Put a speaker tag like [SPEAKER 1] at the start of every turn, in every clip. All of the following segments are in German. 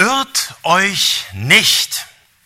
[SPEAKER 1] Irrt euch nicht.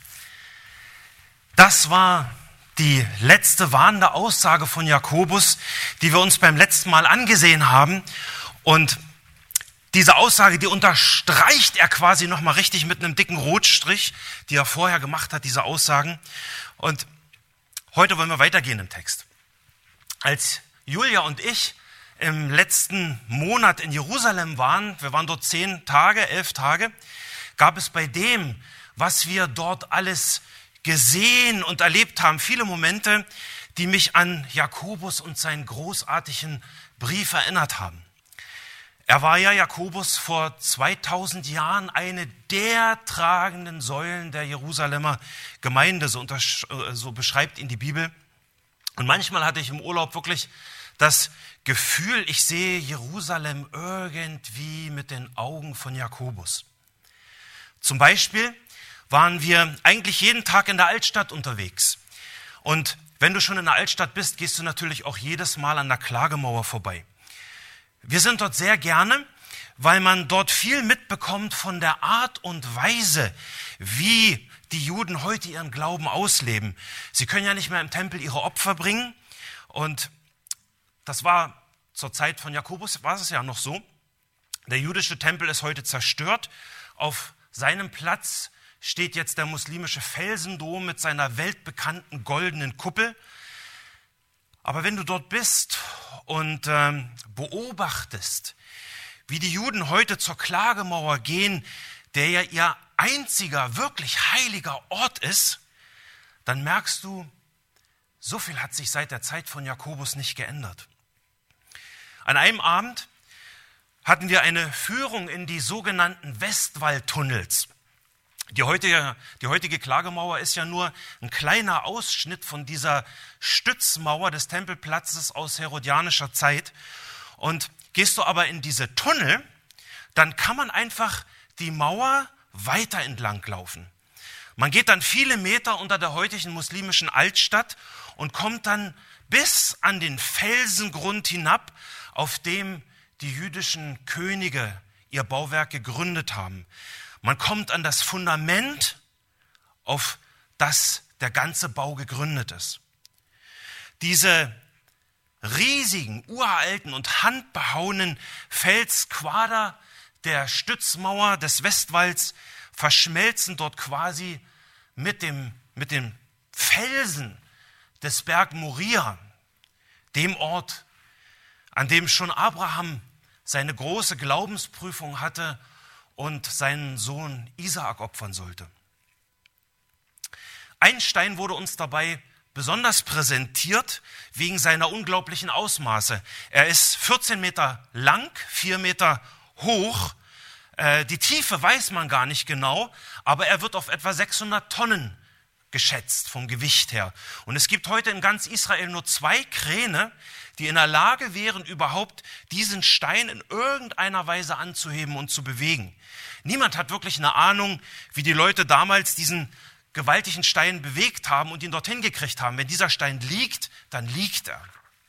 [SPEAKER 1] Das war die letzte warnende Aussage von Jakobus, die wir uns beim letzten Mal angesehen haben. Und diese Aussage, die unterstreicht er quasi nochmal richtig mit einem dicken Rotstrich, die er vorher gemacht hat, diese Aussagen. Und heute wollen wir weitergehen im Text. Als Julia und ich im letzten Monat in Jerusalem waren, wir waren dort 11 Tage, gab es bei dem, was wir dort alles gesehen und erlebt haben, viele Momente, die mich an Jakobus und seinen großartigen Brief erinnert haben. Er war ja, Jakobus, vor 2000 Jahren eine der tragenden Säulen der Jerusalemer Gemeinde, so beschreibt ihn die Bibel. Und manchmal hatte ich im Urlaub wirklich das Gefühl, ich sehe Jerusalem irgendwie mit den Augen von Jakobus. Zum Beispiel waren wir eigentlich jeden Tag in der Altstadt unterwegs. Und wenn du schon in der Altstadt bist, gehst du natürlich auch jedes Mal an der Klagemauer vorbei. Wir sind dort sehr gerne, weil man dort viel mitbekommt von der Art und Weise, wie die Juden heute ihren Glauben ausleben. Sie können ja nicht mehr im Tempel ihre Opfer bringen. Und das war zur Zeit von Jakobus, war es ja noch so. Der jüdische Tempel ist heute zerstört. Auf seinem Platz steht jetzt der muslimische Felsendom mit seiner weltbekannten goldenen Kuppel. Aber wenn du dort bist und beobachtest, wie die Juden heute zur Klagemauer gehen, der ja ihr einziger, wirklich heiliger Ort ist, dann merkst du, so viel hat sich seit der Zeit von Jakobus nicht geändert. An einem Abend hatten wir eine Führung in die sogenannten Westwalltunnels. Die heutige Klagemauer ist ja nur ein kleiner Ausschnitt von dieser Stützmauer des Tempelplatzes aus herodianischer Zeit. Und gehst du aber in diese Tunnel, dann kann man einfach die Mauer weiter entlang laufen. Man geht dann viele Meter unter der heutigen muslimischen Altstadt und kommt dann bis an den Felsengrund hinab, auf dem die jüdischen Könige ihr Bauwerk gegründet haben. Man kommt an das Fundament, auf das der ganze Bau gegründet ist. Diese riesigen, uralten und handbehauenen Felsquader der Stützmauer des Westwalls verschmelzen dort quasi mit dem Felsen des Berg Moria, dem Ort, an dem schon Abraham seine große Glaubensprüfung hatte und seinen Sohn Isaak opfern sollte. Ein Stein wurde uns dabei besonders präsentiert wegen seiner unglaublichen Ausmaße. Er ist 14 Meter lang, 4 Meter hoch. Die Tiefe weiß man gar nicht genau, aber er wird auf etwa 600 Tonnen geschätzt vom Gewicht her. Und es gibt heute in ganz Israel nur 2 Kräne, die in der Lage wären, überhaupt diesen Stein in irgendeiner Weise anzuheben und zu bewegen. Niemand hat wirklich eine Ahnung, wie die Leute damals diesen gewaltigen Stein bewegt haben und ihn dorthin gekriegt haben. Wenn dieser Stein liegt, dann liegt er.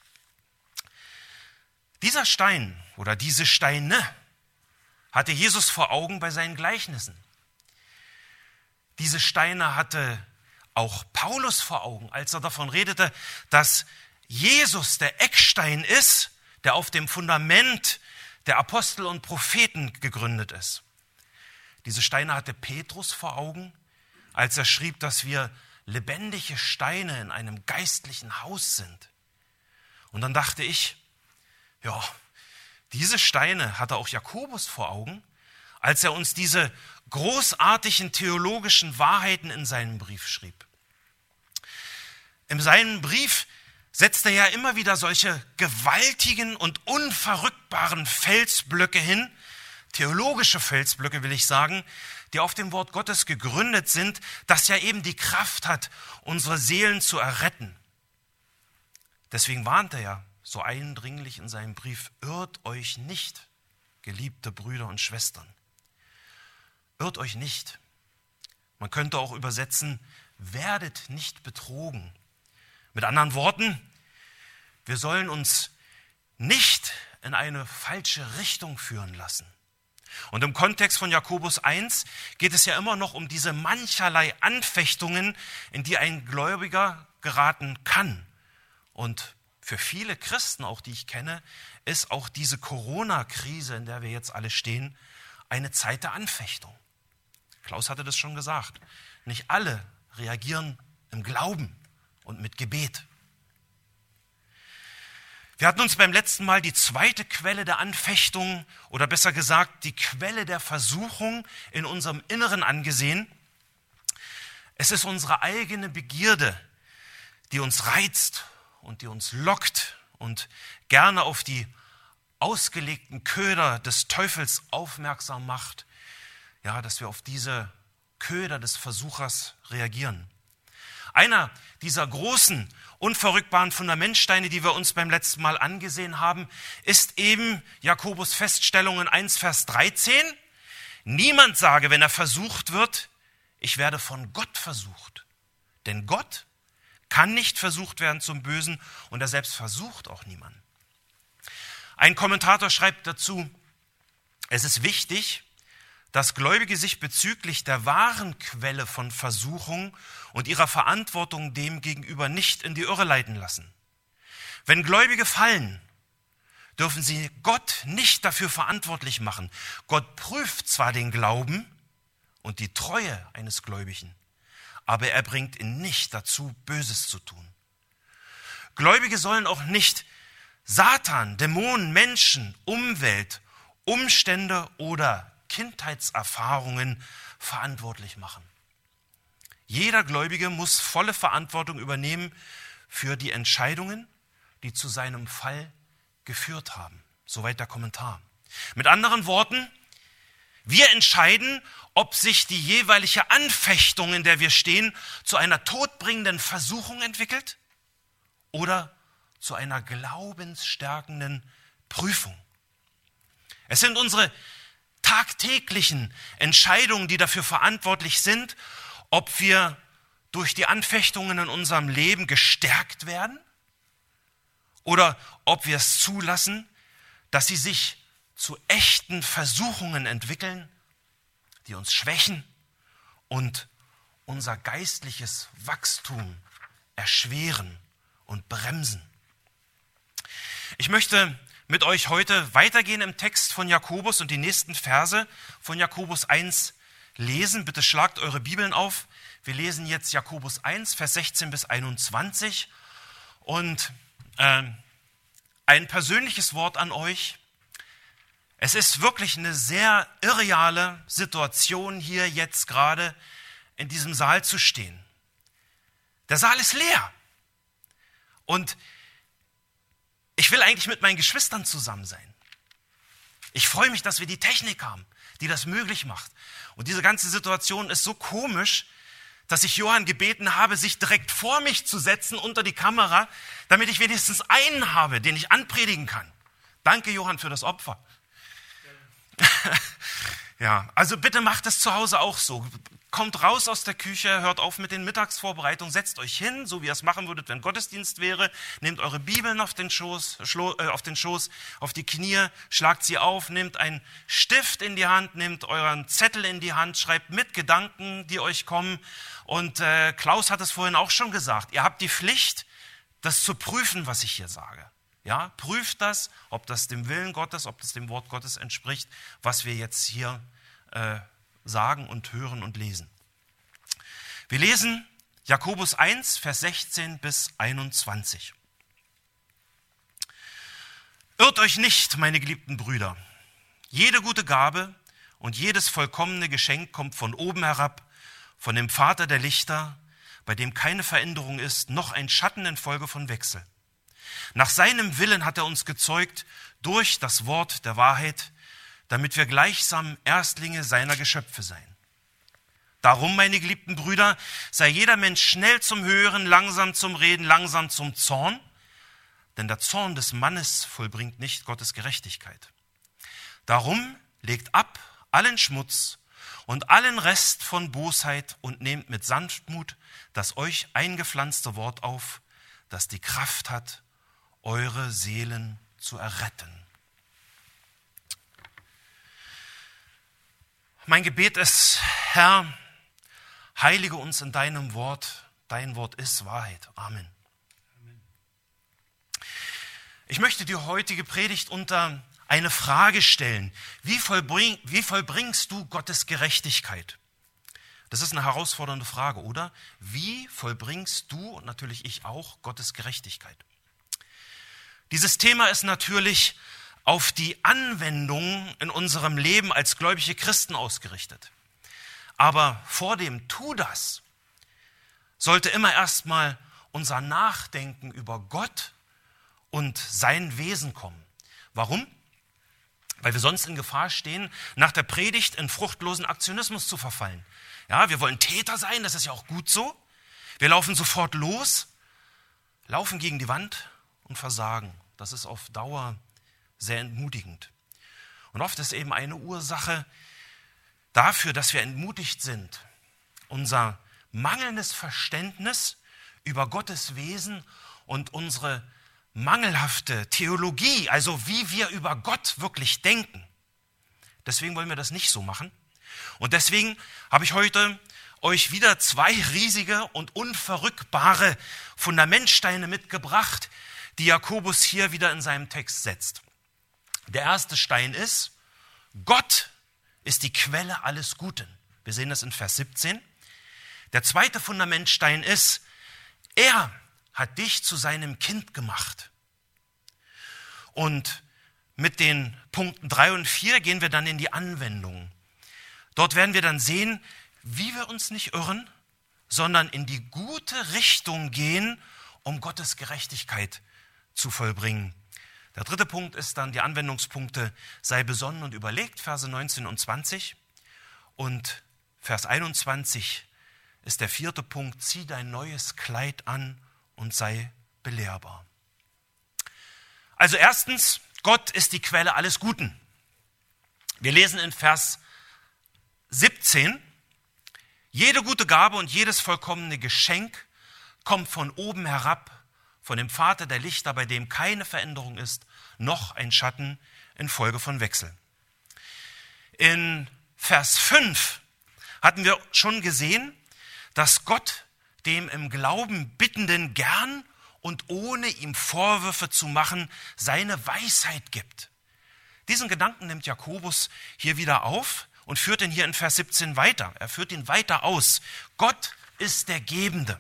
[SPEAKER 1] Dieser Stein oder diese Steine hatte Jesus vor Augen bei seinen Gleichnissen. Diese Steine hatte auch Paulus vor Augen, als er davon redete, dass Jesus der Eckstein ist, der auf dem Fundament der Apostel und Propheten gegründet ist. Diese Steine hatte Petrus vor Augen, als er schrieb, dass wir lebendige Steine in einem geistlichen Haus sind. Und dann dachte ich, ja, diese Steine hatte auch Jakobus vor Augen, als er uns diese großartigen theologischen Wahrheiten in seinem Brief schrieb. In seinem Brief setzt er ja immer wieder solche gewaltigen und unverrückbaren Felsblöcke hin, theologische Felsblöcke will ich sagen, die auf dem Wort Gottes gegründet sind, das ja eben die Kraft hat, unsere Seelen zu erretten. Deswegen warnt er ja so eindringlich in seinem Brief, irrt euch nicht, geliebte Brüder und Schwestern. Irrt euch nicht. Man könnte auch übersetzen, werdet nicht betrogen. Mit anderen Worten, wir sollen uns nicht in eine falsche Richtung führen lassen. Und im Kontext von Jakobus 1 geht es ja immer noch um diese mancherlei Anfechtungen, in die ein Gläubiger geraten kann. Und für viele Christen, auch die ich kenne, ist auch diese Corona-Krise, in der wir jetzt alle stehen, eine Zeit der Anfechtung. Klaus hatte das schon gesagt. Nicht alle reagieren im Glauben und mit Gebet. Wir hatten uns beim letzten Mal die zweite Quelle der Anfechtung oder besser gesagt die Quelle der Versuchung in unserem Inneren angesehen. Es ist unsere eigene Begierde, die uns reizt und die uns lockt und gerne auf die ausgelegten Köder des Teufels aufmerksam macht, ja, dass wir auf diese Köder des Versuchers reagieren. Einer dieser großen, unverrückbaren Fundamentsteine, die wir uns beim letzten Mal angesehen haben, ist eben Jakobus Feststellung in 1, Vers 13. Niemand sage, wenn er versucht wird, ich werde von Gott versucht. Denn Gott kann nicht versucht werden zum Bösen und er selbst versucht auch niemanden. Ein Kommentator schreibt dazu, es ist wichtig, dass Gläubige sich bezüglich der wahren Quelle von Versuchung und ihrer Verantwortung dem gegenüber nicht in die Irre leiten lassen. Wenn Gläubige fallen, dürfen sie Gott nicht dafür verantwortlich machen. Gott prüft zwar den Glauben und die Treue eines Gläubigen, aber er bringt ihn nicht dazu, Böses zu tun. Gläubige sollen auch nicht Satan, Dämonen, Menschen, Umwelt, Umstände oder Kindheitserfahrungen verantwortlich machen. Jeder Gläubige muss volle Verantwortung übernehmen für die Entscheidungen, die zu seinem Fall geführt haben. Soweit der Kommentar. Mit anderen Worten, wir entscheiden, ob sich die jeweilige Anfechtung, in der wir stehen, zu einer todbringenden Versuchung entwickelt oder zu einer glaubensstärkenden Prüfung. Es sind unsere tagtäglichen Entscheidungen, die dafür verantwortlich sind, ob wir durch die Anfechtungen in unserem Leben gestärkt werden oder ob wir es zulassen, dass sie sich zu echten Versuchungen entwickeln, die uns schwächen und unser geistliches Wachstum erschweren und bremsen. Ich möchte mit euch heute weitergehen im Text von Jakobus und die nächsten Verse von Jakobus 1 lesen. Bitte schlagt eure Bibeln auf. Wir lesen jetzt Jakobus 1, Vers 16 bis 21. Und ein persönliches Wort an euch. Es ist wirklich eine sehr irreale Situation, hier jetzt gerade in diesem Saal zu stehen. Der Saal ist leer. Und ich will eigentlich mit meinen Geschwistern zusammen sein. Ich freue mich, dass wir die Technik haben, die das möglich macht. Und diese ganze Situation ist so komisch, dass ich Johann gebeten habe, sich direkt vor mich zu setzen unter die Kamera, damit ich wenigstens einen habe, den ich anpredigen kann. Danke, Johann, für das Opfer. Ja, also bitte macht es zu Hause auch so. Kommt raus aus der Küche, hört auf mit den Mittagsvorbereitungen, setzt euch hin, so wie ihr es machen würdet, wenn Gottesdienst wäre. Nehmt eure Bibeln auf den Schoß, auf die Knie, schlagt sie auf, nehmt einen Stift in die Hand, nehmt euren Zettel in die Hand, schreibt mit Gedanken, die euch kommen. Und Klaus hat es vorhin auch schon gesagt, ihr habt die Pflicht, das zu prüfen, was ich hier sage. Ja, prüft das, ob das dem Willen Gottes, ob das dem Wort Gottes entspricht, was wir jetzt hier sagen und hören und lesen. Wir lesen Jakobus 1, Vers 16 bis 21. Irrt euch nicht, meine geliebten Brüder. Jede gute Gabe und jedes vollkommene Geschenk kommt von oben herab, von dem Vater der Lichter, bei dem keine Veränderung ist, noch ein Schatten infolge von Wechsel. Nach seinem Willen hat er uns gezeugt durch das Wort der Wahrheit, damit wir gleichsam Erstlinge seiner Geschöpfe seien. Darum, meine geliebten Brüder, sei jeder Mensch schnell zum Hören, langsam zum Reden, langsam zum Zorn, denn der Zorn des Mannes vollbringt nicht Gottes Gerechtigkeit. Darum legt ab allen Schmutz und allen Rest von Bosheit und nehmt mit Sanftmut das euch eingepflanzte Wort auf, das die Kraft hat, eure Seelen zu erretten. Mein Gebet ist, Herr, heilige uns in deinem Wort. Dein Wort ist Wahrheit. Amen. Ich möchte die heutige Predigt unter eine Frage stellen. Wie vollbringst du Gottes Gerechtigkeit? Das ist eine herausfordernde Frage, oder? Wie vollbringst du, und natürlich ich auch, Gottes Gerechtigkeit? Dieses Thema ist natürlich auf die Anwendung in unserem Leben als gläubige Christen ausgerichtet. Aber vor dem Tu das sollte immer erstmal unser Nachdenken über Gott und sein Wesen kommen. Warum? Weil wir sonst in Gefahr stehen, nach der Predigt in fruchtlosen Aktionismus zu verfallen. Ja, wir wollen Täter sein, das ist ja auch gut so. Wir laufen sofort los, laufen gegen die Wand und versagen. Das ist auf Dauer sehr entmutigend. Und oft ist eben eine Ursache dafür, dass wir entmutigt sind, unser mangelndes Verständnis über Gottes Wesen und unsere mangelhafte Theologie, also wie wir über Gott wirklich denken. Deswegen wollen wir das nicht so machen. Und deswegen habe ich heute euch wieder 2 riesige und unverrückbare Fundamentsteine mitgebracht, die Jakobus hier wieder in seinem Text setzt. Der erste Stein ist, Gott ist die Quelle alles Guten. Wir sehen das in Vers 17. Der zweite Fundamentstein ist, er hat dich zu seinem Kind gemacht. Und mit den Punkten 3 und 4 gehen wir dann in die Anwendung. Dort werden wir dann sehen, wie wir uns nicht irren, sondern in die gute Richtung gehen, um Gottes Gerechtigkeit zu vollbringen. Der dritte Punkt ist dann die Anwendungspunkte, sei besonnen und überlegt, Verse 19 und 20. Und Vers 21 ist der vierte Punkt, zieh dein neues Kleid an und sei belehrbar. Also erstens, Gott ist die Quelle alles Guten. Wir lesen in Vers 17, jede gute Gabe und jedes vollkommene Geschenk kommt von oben herab, von dem Vater der Lichter, bei dem keine Veränderung ist, noch ein Schatten infolge von Wechsel. In Vers 5 hatten wir schon gesehen, dass Gott dem im Glauben Bittenden gern und ohne ihm Vorwürfe zu machen, seine Weisheit gibt. Diesen Gedanken nimmt Jakobus hier wieder auf und führt ihn hier in Vers 17 weiter. Er führt ihn weiter aus. Gott ist der Gebende.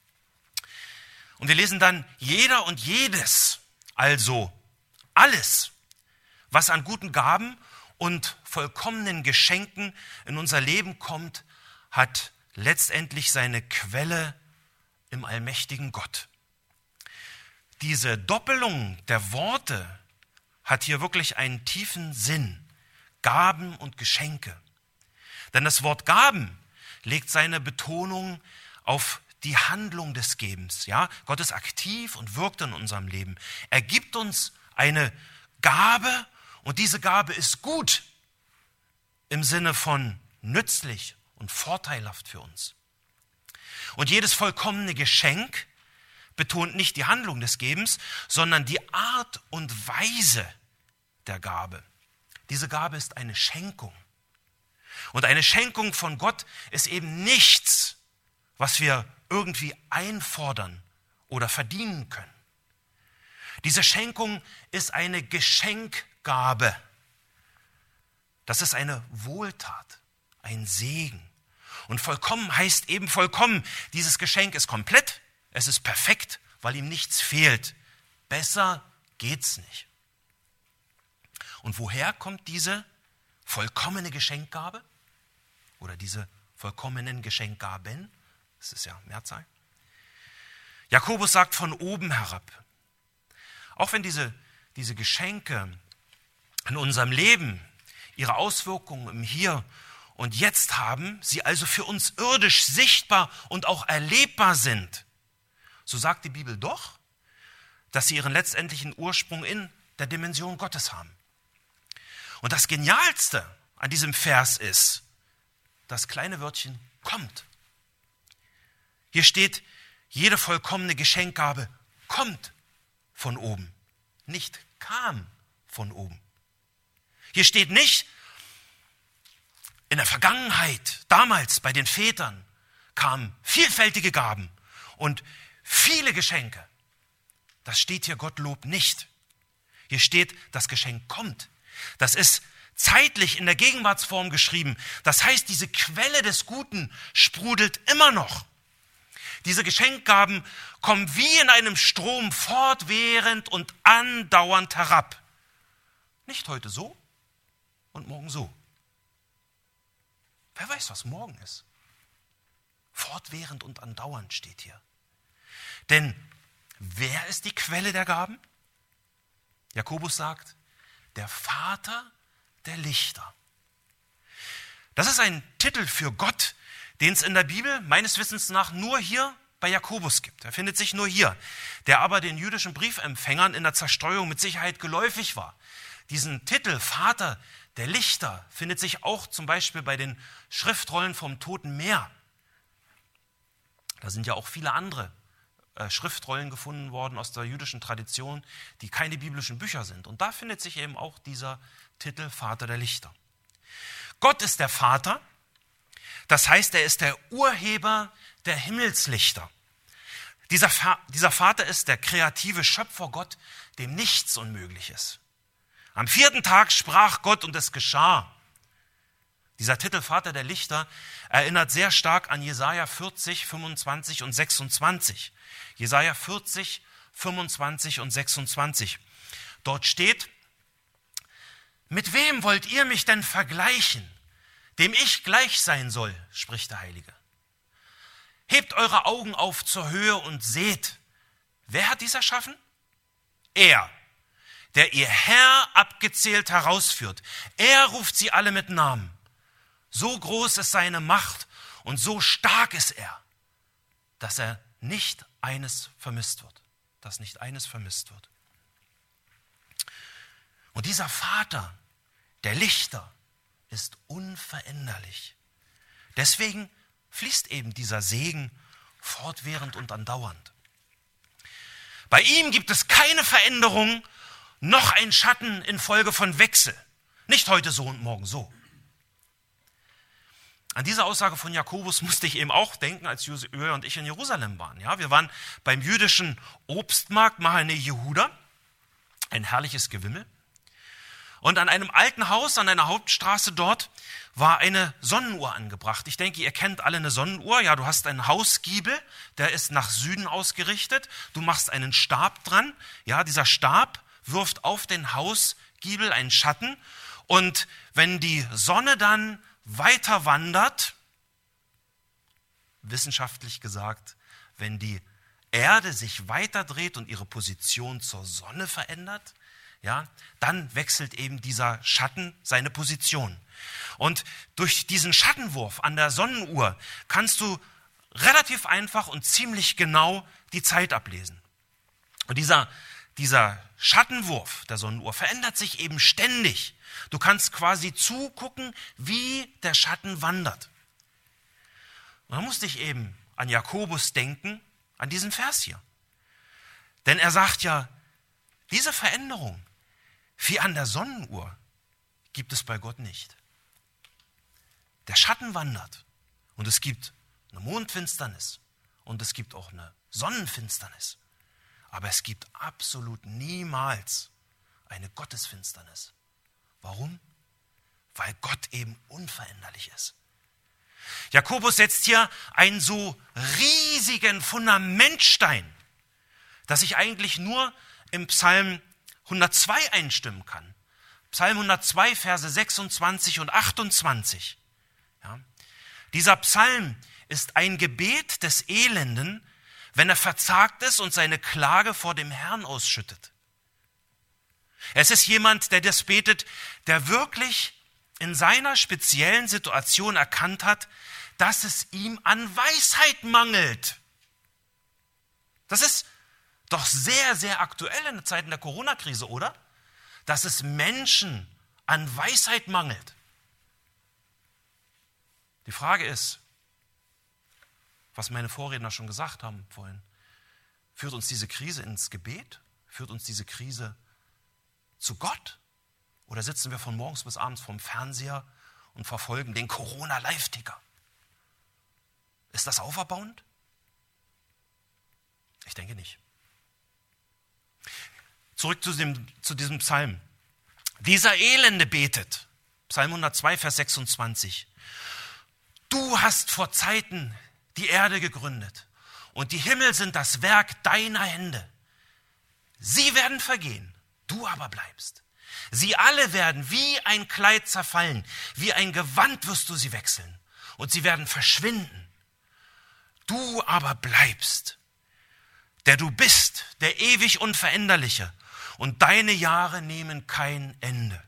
[SPEAKER 1] Und wir lesen dann, jeder und jedes, also alles, was an guten Gaben und vollkommenen Geschenken in unser Leben kommt, hat letztendlich seine Quelle im allmächtigen Gott. Diese Doppelung der Worte hat hier wirklich einen tiefen Sinn. Gaben und Geschenke. Denn das Wort Gaben legt seine Betonung auf die Handlung des Gebens. Ja? Gott ist aktiv und wirkt in unserem Leben. Er gibt uns eine Gabe und diese Gabe ist gut im Sinne von nützlich und vorteilhaft für uns. Und jedes vollkommene Geschenk betont nicht die Handlung des Gebens, sondern die Art und Weise der Gabe. Diese Gabe ist eine Schenkung. Und eine Schenkung von Gott ist eben nichts, was wir irgendwie einfordern oder verdienen können. Diese Schenkung ist eine Geschenkgabe. Das ist eine Wohltat, ein Segen. Und vollkommen heißt eben vollkommen. Dieses Geschenk ist komplett, es ist perfekt, weil ihm nichts fehlt. Besser geht's nicht. Und woher kommt diese vollkommene Geschenkgabe? Oder diese vollkommenen Geschenkgaben? Das ist ja Mehrzahl. Jakobus sagt von oben herab. Auch wenn diese Geschenke in unserem Leben ihre Auswirkungen im Hier und Jetzt haben, sie also für uns irdisch sichtbar und auch erlebbar sind, so sagt die Bibel doch, dass sie ihren letztendlichen Ursprung in der Dimension Gottes haben. Und das Genialste an diesem Vers ist, das kleine Wörtchen kommt. Hier steht, jede vollkommene Geschenkgabe kommt von oben, nicht kam von oben. Hier steht nicht, In der Vergangenheit, damals bei den Vätern, kamen vielfältige Gaben und viele Geschenke. Das steht hier Gottlob nicht. Hier steht, das Geschenk kommt. Das ist zeitlich in der Gegenwartsform geschrieben. Das heißt, diese Quelle des Guten sprudelt immer noch. Diese Geschenkgaben kommen wie in einem Strom fortwährend und andauernd herab. Nicht heute so und morgen so. Wer weiß, was morgen ist? Fortwährend und andauernd steht hier. Denn wer ist die Quelle der Gaben? Jakobus sagt, der Vater der Lichter. Das ist ein Titel für Gott, den es in der Bibel meines Wissens nach nur hier bei Jakobus gibt. Er findet sich nur hier, der aber den jüdischen Briefempfängern in der Zerstreuung mit Sicherheit geläufig war. Diesen Titel Vater der Lichter findet sich auch zum Beispiel bei den Schriftrollen vom Toten Meer. Da sind ja auch viele andere Schriftrollen gefunden worden aus der jüdischen Tradition, die keine biblischen Bücher sind. Und da findet sich eben auch dieser Titel Vater der Lichter. Gott ist der Vater, das heißt, er ist der Urheber der Himmelslichter. Dieser Vater ist der kreative Schöpfer Gott, dem nichts unmöglich ist. Am 4. Tag sprach Gott und es geschah. Dieser Titel Vater der Lichter erinnert sehr stark an Jesaja 40, 25 und 26. Jesaja 40, 25 und 26. Dort steht: Mit wem wollt ihr mich denn vergleichen, dem ich gleich sein soll, spricht der Heilige. Hebt eure Augen auf zur Höhe und seht. Wer hat dies erschaffen? Er, der ihr Herr abgezählt herausführt. Er ruft sie alle mit Namen. So groß ist seine Macht und so stark ist er, dass nicht eines vermisst wird. Und dieser Vater der Lichter ist unveränderlich. Deswegen fließt eben dieser Segen fortwährend und andauernd. Bei ihm gibt es keine Veränderung, noch ein Schatten infolge von Wechsel. Nicht heute so und morgen so. An diese Aussage von Jakobus musste ich eben auch denken, als Joel und ich in Jerusalem waren. Ja, wir waren beim jüdischen Obstmarkt Mahane Yehuda, ein herrliches Gewimmel. Und an einem alten Haus, an einer Hauptstraße dort, war eine Sonnenuhr angebracht. Ich denke, ihr kennt alle eine Sonnenuhr. Ja, du hast einen Hausgiebel, der ist nach Süden ausgerichtet. Du machst einen Stab dran. Ja, dieser Stab wirft auf den Hausgiebel einen Schatten. Und wenn die Sonne dann weiter wandert, wissenschaftlich gesagt, wenn die Erde sich weiter dreht und ihre Position zur Sonne verändert, ja, dann wechselt eben dieser Schatten seine Position. Und durch diesen Schattenwurf an der Sonnenuhr kannst du relativ einfach und ziemlich genau die Zeit ablesen. Und dieser Schattenwurf der Sonnenuhr verändert sich eben ständig. Du kannst quasi zugucken, wie der Schatten wandert. Und da musste ich eben an Jakobus denken, an diesen Vers hier. Denn er sagt ja, diese Veränderung, wie an der Sonnenuhr, gibt es bei Gott nicht. Der Schatten wandert und es gibt eine Mondfinsternis und es gibt auch eine Sonnenfinsternis. Aber es gibt absolut niemals eine Gottesfinsternis. Warum? Weil Gott eben unveränderlich ist. Jakobus setzt hier einen so riesigen Fundamentstein, dass ich eigentlich nur im Psalm 102 einstimmen kann. Psalm 102, Verse 26 und 28. Ja. Dieser Psalm ist ein Gebet des Elenden, wenn er verzagt ist und seine Klage vor dem Herrn ausschüttet. Es ist jemand, der das betet, der wirklich in seiner speziellen Situation erkannt hat, dass es ihm an Weisheit mangelt. Das ist doch sehr, sehr aktuell in den Zeiten der Corona-Krise, oder? Dass es Menschen an Weisheit mangelt. Die Frage ist, was meine Vorredner schon gesagt haben vorhin, führt uns diese Krise ins Gebet? Führt uns diese Krise zu Gott? Oder sitzen wir von morgens bis abends vorm Fernseher und verfolgen den Corona-Live-Ticker. Ist das auferbauend? Ich denke nicht. Zurück zu diesem Psalm. Dieser Elende betet, Psalm 102, Vers 26. Du hast vor Zeiten die Erde gegründet und die Himmel sind das Werk deiner Hände. Sie werden vergehen, du aber bleibst. Sie alle werden wie ein Kleid zerfallen, wie ein Gewand wirst du sie wechseln und sie werden verschwinden. Du aber bleibst, der du bist, der ewig Unveränderliche, und deine Jahre nehmen kein Ende.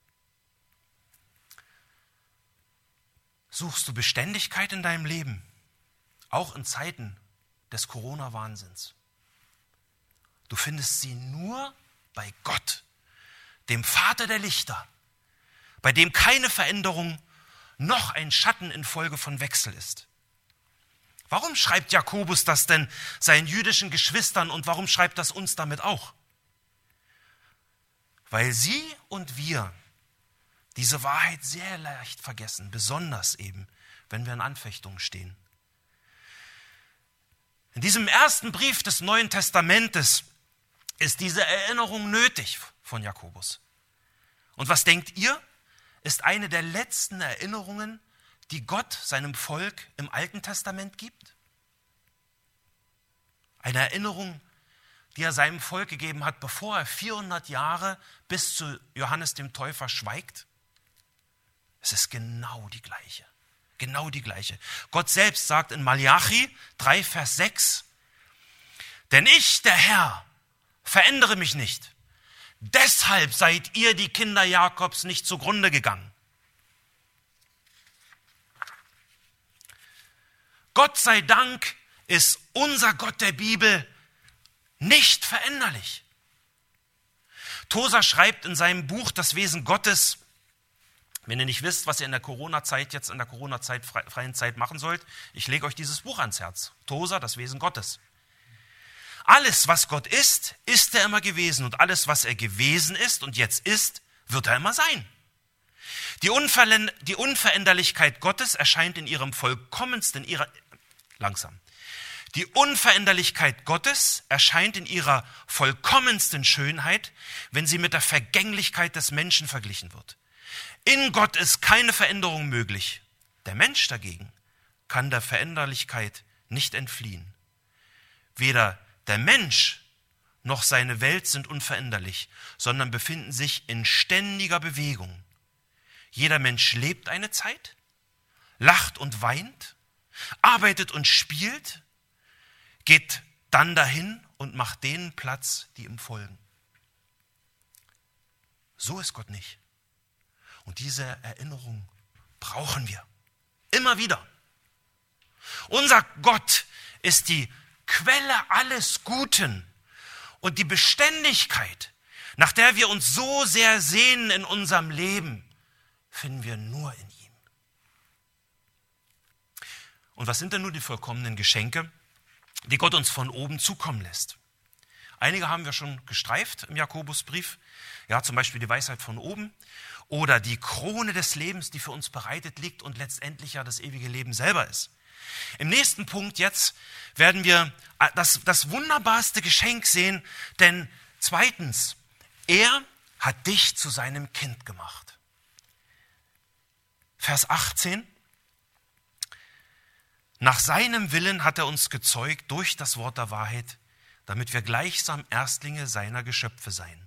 [SPEAKER 1] Suchst du Beständigkeit in deinem Leben, auch in Zeiten des Corona-Wahnsinns? Du findest sie nur bei Gott, dem Vater der Lichter, bei dem keine Veränderung noch ein Schatten infolge von Wechsel ist. Warum schreibt Jakobus das denn seinen jüdischen Geschwistern und warum schreibt das uns damit auch? Weil sie und wir diese Wahrheit sehr leicht vergessen, besonders eben, wenn wir in Anfechtungen stehen. In diesem ersten Brief des Neuen Testamentes ist diese Erinnerung nötig von Jakobus. Und was denkt ihr, ist eine der letzten Erinnerungen, die Gott seinem Volk im Alten Testament gibt? Eine Erinnerung, die er seinem Volk gegeben hat, bevor er 400 Jahre bis zu Johannes dem Täufer schweigt? Es ist genau die gleiche. Genau die gleiche. Gott selbst sagt in Malachi 3, Vers 6, denn ich, der Herr, verändere mich nicht. Deshalb seid ihr, die Kinder Jakobs, nicht zugrunde gegangen. Gott sei Dank ist unser Gott der Bibel nicht veränderlich. Tosa schreibt in seinem Buch Das Wesen Gottes, wenn ihr nicht wisst, was ihr in der Corona-Zeit, jetzt in der Corona-Zeit, freien Zeit machen sollt, ich lege euch dieses Buch ans Herz. Tosa, Das Wesen Gottes. Alles, was Gott ist, ist er immer gewesen. Und alles, was er gewesen ist und jetzt ist, wird er immer sein. Die Unveränderlichkeit Gottes erscheint in ihrem vollkommensten, Die Unveränderlichkeit Gottes erscheint in ihrer vollkommensten Schönheit, wenn sie mit der Vergänglichkeit des Menschen verglichen wird. In Gott ist keine Veränderung möglich. Der Mensch dagegen kann der Veränderlichkeit nicht entfliehen. Weder der Mensch noch seine Welt sind unveränderlich, sondern befinden sich in ständiger Bewegung. Jeder Mensch lebt eine Zeit, lacht und weint, arbeitet und spielt, geht dann dahin und macht denen Platz, die ihm folgen. So ist Gott nicht. Und diese Erinnerung brauchen wir. Immer wieder. Unser Gott ist die Quelle alles Guten und die Beständigkeit, nach der wir uns so sehr sehnen in unserem Leben, finden wir nur in ihm. Und was sind denn nun die vollkommenen Geschenke, die Gott uns von oben zukommen lässt? Einige haben wir schon gestreift im Jakobusbrief. Ja, zum Beispiel die Weisheit von oben oder die Krone des Lebens, die für uns bereitet liegt und letztendlich ja das ewige Leben selber ist. Im nächsten Punkt jetzt werden wir das wunderbarste Geschenk sehen, denn zweitens, er hat dich zu seinem Kind gemacht. Vers 18. Nach seinem Willen hat er uns gezeugt durch das Wort der Wahrheit, damit wir gleichsam Erstlinge seiner Geschöpfe seien.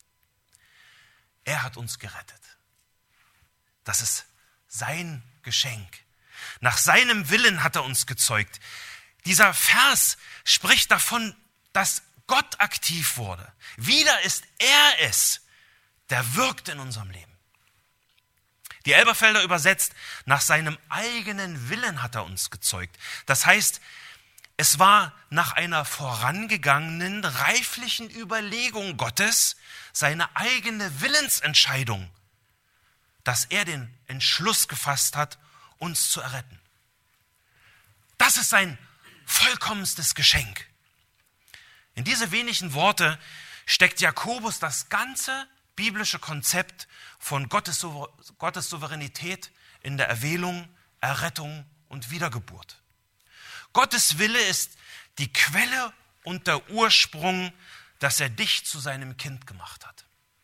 [SPEAKER 1] Er hat uns gerettet. Das ist sein Geschenk. Nach seinem Willen hat er uns gezeugt. Dieser Vers spricht davon, dass Gott aktiv wurde. Wieder ist er es, der wirkt in unserem Leben. Die Elberfelder übersetzt, nach seinem eigenen Willen hat er uns gezeugt. Das heißt, es war nach einer vorangegangenen, reiflichen Überlegung Gottes seine eigene Willensentscheidung, dass er den Entschluss gefasst hat, uns zu erretten. Das ist sein vollkommenstes Geschenk. In diese wenigen Worte steckt Jakobus das ganze biblische Konzept von Gottes Souveränität in der Erwählung, Errettung und Wiedergeburt. Gottes Wille ist die Quelle und der Ursprung, dass er dich zu seinem Kind gemacht hat.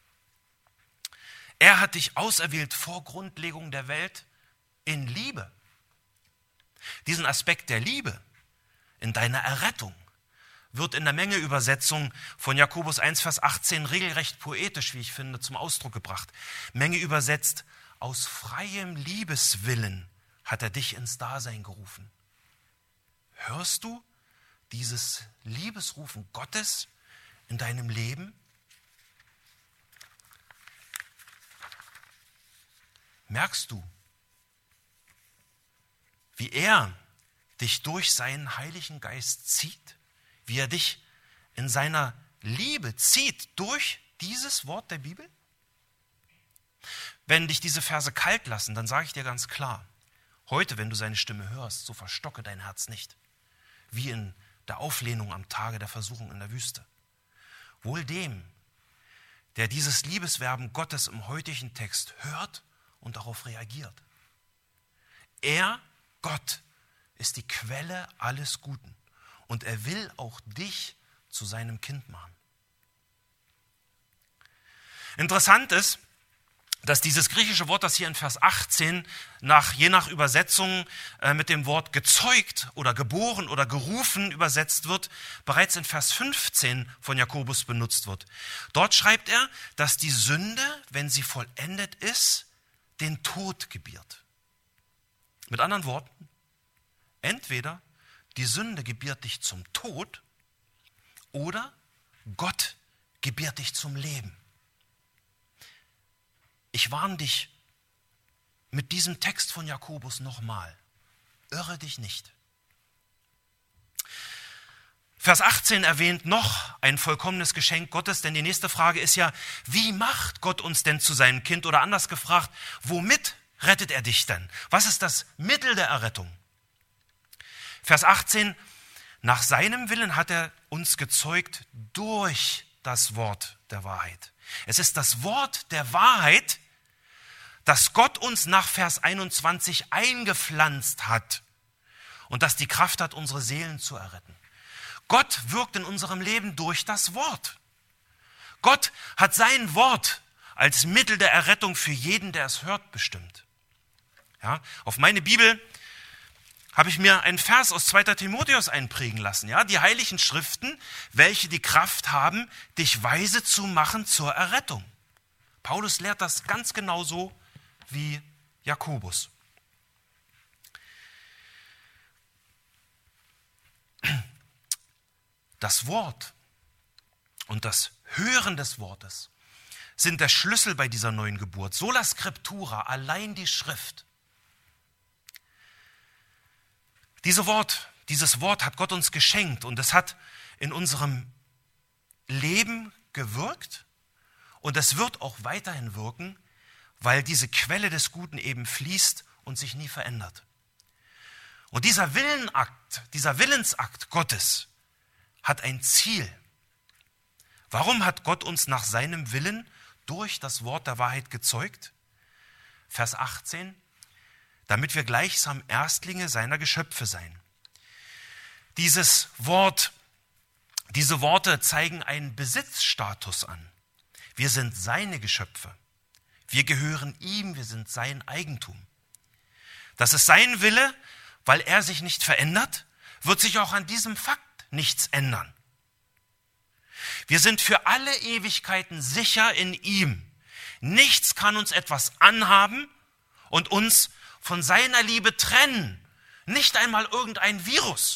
[SPEAKER 1] Er hat dich auserwählt vor Grundlegung der Welt in Liebe. Diesen Aspekt der Liebe in deiner Errettung wird in der Menge-Übersetzung von Jakobus 1, Vers 18 regelrecht poetisch, wie ich finde, zum Ausdruck gebracht. Menge übersetzt, aus freiem Liebeswillen hat er dich ins Dasein gerufen. Hörst du dieses Liebesrufen Gottes in deinem Leben? Merkst du, wie er dich durch seinen Heiligen Geist zieht? Wie er dich in seiner Liebe zieht durch dieses Wort der Bibel? Wenn dich diese Verse kalt lassen, dann sage ich dir ganz klar, heute, wenn du seine Stimme hörst, so verstocke dein Herz nicht, wie in der Auflehnung am Tage der Versuchung in der Wüste. Wohl dem, der dieses Liebeswerben Gottes im heutigen Text hört und darauf reagiert. Er, Gott, ist die Quelle alles Guten. Und er will auch dich zu seinem Kind machen. Interessant ist, dass dieses griechische Wort, das hier in Vers 18 je nach Übersetzung mit dem Wort gezeugt oder geboren oder gerufen übersetzt wird, bereits in Vers 15 von Jakobus benutzt wird. Dort schreibt er, dass die Sünde, wenn sie vollendet ist, den Tod gebiert. Mit anderen Worten, entweder die Sünde gebiert dich zum Tod oder Gott gebiert dich zum Leben. Ich warne dich mit diesem Text von Jakobus nochmal. Irre dich nicht. Vers 18 erwähnt noch ein vollkommenes Geschenk Gottes, denn die nächste Frage ist ja, wie macht Gott uns denn zu seinem Kind? Oder anders gefragt, womit rettet er dich denn? Was ist das Mittel der Errettung? Vers 18, nach seinem Willen hat er uns gezeugt durch das Wort der Wahrheit. Es ist das Wort der Wahrheit, das Gott uns nach Vers 21 eingepflanzt hat und das die Kraft hat, unsere Seelen zu erretten. Gott wirkt in unserem Leben durch das Wort. Gott hat sein Wort als Mittel der Errettung für jeden, der es hört, bestimmt. Ja, auf meine Bibel habe ich mir einen Vers aus 2. Timotheus einprägen lassen. Ja, die heiligen Schriften, welche die Kraft haben, dich weise zu machen zur Errettung. Paulus lehrt das ganz genauso wie Jakobus. Das Wort und das Hören des Wortes sind der Schlüssel bei dieser neuen Geburt. Sola Scriptura, allein die Schrift. Dieses Wort hat Gott uns geschenkt und es hat in unserem Leben gewirkt und es wird auch weiterhin wirken, weil diese Quelle des Guten eben fließt und sich nie verändert. Und dieser Willensakt Gottes hat ein Ziel. Warum hat Gott uns nach seinem Willen durch das Wort der Wahrheit gezeugt? Vers 18, damit wir gleichsam Erstlinge seiner Geschöpfe seien. Diese Worte zeigen einen Besitzstatus an. Wir sind seine Geschöpfe. Wir gehören ihm, wir sind sein Eigentum. Das ist sein Wille, weil er sich nicht verändert, wird sich auch an diesem Fakt nichts ändern. Wir sind für alle Ewigkeiten sicher in ihm. Nichts kann uns etwas anhaben und uns von seiner Liebe trennen. Nicht einmal irgendein Virus.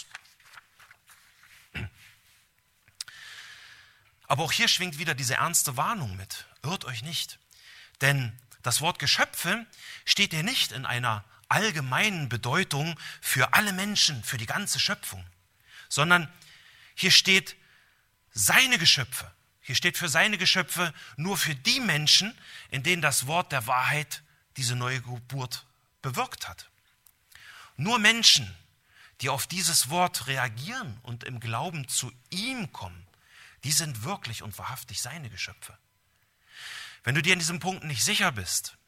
[SPEAKER 1] Aber auch hier schwingt wieder diese ernste Warnung mit. Irrt euch nicht. Denn das Wort Geschöpfe steht hier nicht in einer allgemeinen Bedeutung für alle Menschen, für die ganze Schöpfung, sondern hier steht seine Geschöpfe. Hier steht für seine Geschöpfe nur für die Menschen, in denen das Wort der Wahrheit diese neue Geburt bewirkt hat. Nur Menschen, die auf dieses Wort reagieren und im Glauben zu ihm kommen, die sind wirklich und wahrhaftig seine Geschöpfe. Wenn du dir in diesem Punkt nicht sicher bist,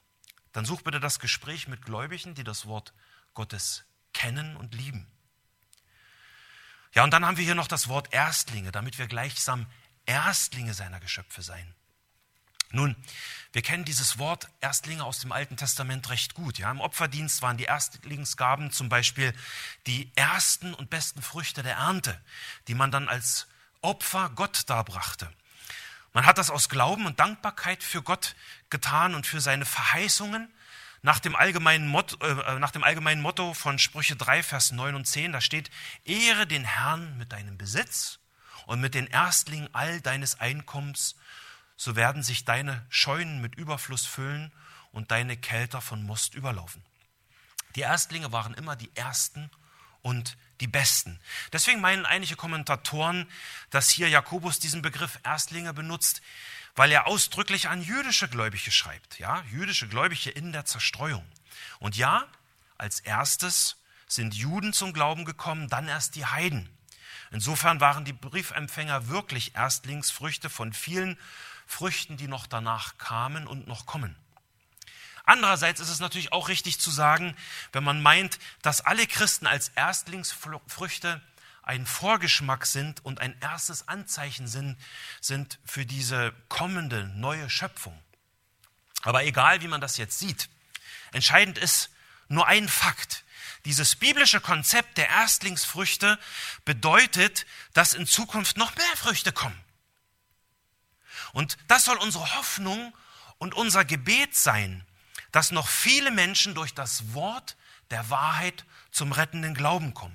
[SPEAKER 1] dann such bitte das Gespräch mit Gläubigen, die das Wort Gottes kennen und lieben. Ja, und dann haben wir hier noch das Wort Erstlinge, damit wir gleichsam Erstlinge seiner Geschöpfe sein. Nun, wir kennen dieses Wort Erstlinge aus dem Alten Testament recht gut. Ja? Im Opferdienst waren die Erstlingsgaben zum Beispiel die ersten und besten Früchte der Ernte, die man dann als Opfer Gott darbrachte. Man hat das aus Glauben und Dankbarkeit für Gott getan und für seine Verheißungen. Nach dem allgemeinen Motto von Sprüche 3, Vers 9 und 10, da steht: Ehre den Herrn mit deinem Besitz und mit den Erstlingen all deines Einkommens, so werden sich deine Scheunen mit Überfluss füllen und deine Kelter von Most überlaufen. Die Erstlinge waren immer die Ersten und die Besten. Deswegen meinen einige Kommentatoren, dass hier Jakobus diesen Begriff Erstlinge benutzt, weil er ausdrücklich an jüdische Gläubige schreibt. Ja, jüdische Gläubige in der Zerstreuung. Und ja, als erstes sind Juden zum Glauben gekommen, dann erst die Heiden. Insofern waren die Briefempfänger wirklich Erstlingsfrüchte von vielen Früchten, die noch danach kamen und noch kommen. Andererseits ist es natürlich auch richtig zu sagen, wenn man meint, dass alle Christen als Erstlingsfrüchte ein Vorgeschmack sind und ein erstes Anzeichen sind für diese kommende neue Schöpfung. Aber egal, wie man das jetzt sieht, entscheidend ist nur ein Fakt. Dieses biblische Konzept der Erstlingsfrüchte bedeutet, dass in Zukunft noch mehr Früchte kommen. Und das soll unsere Hoffnung und unser Gebet sein, dass noch viele Menschen durch das Wort der Wahrheit zum rettenden Glauben kommen.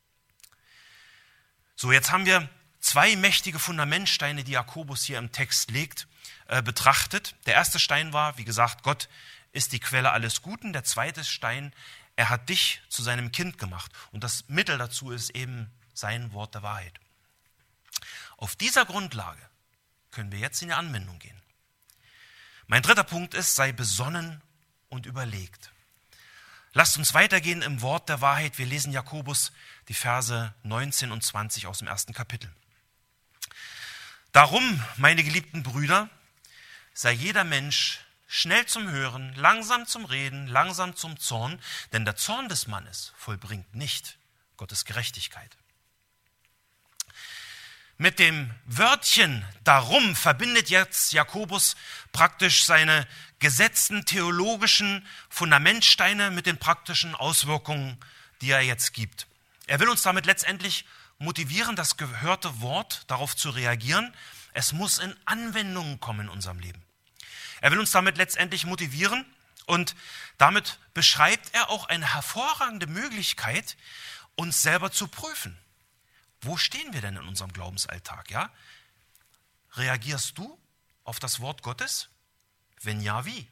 [SPEAKER 1] So, jetzt haben wir zwei mächtige Fundamentsteine, die Jakobus hier im Text legt, betrachtet. Der erste Stein war, wie gesagt, Gott ist die Quelle alles Guten. Der zweite Stein, er hat dich zu seinem Kind gemacht. Und das Mittel dazu ist eben sein Wort der Wahrheit. Auf dieser Grundlage können wir jetzt in die Anwendung gehen. Mein dritter Punkt ist, sei besonnen und überlegt. Lasst uns weitergehen im Wort der Wahrheit. Wir lesen Jakobus die Verse 19 und 20 aus dem 1. Kapitel. Darum, meine geliebten Brüder, sei jeder Mensch schnell zum Hören, langsam zum Reden, langsam zum Zorn, denn der Zorn des Mannes vollbringt nicht Gottes Gerechtigkeit. Mit dem Wörtchen darum verbindet jetzt Jakobus praktisch seine gesetzten theologischen Fundamentsteine mit den praktischen Auswirkungen, die er jetzt gibt. Er will uns damit letztendlich motivieren, das gehörte Wort darauf zu reagieren. Es muss in Anwendungen kommen in unserem Leben. Er will uns damit letztendlich motivieren und damit beschreibt er auch eine hervorragende Möglichkeit, uns selber zu prüfen. Wo stehen wir denn in unserem Glaubensalltag? Ja? Reagierst du auf das Wort Gottes? Wenn ja, wie?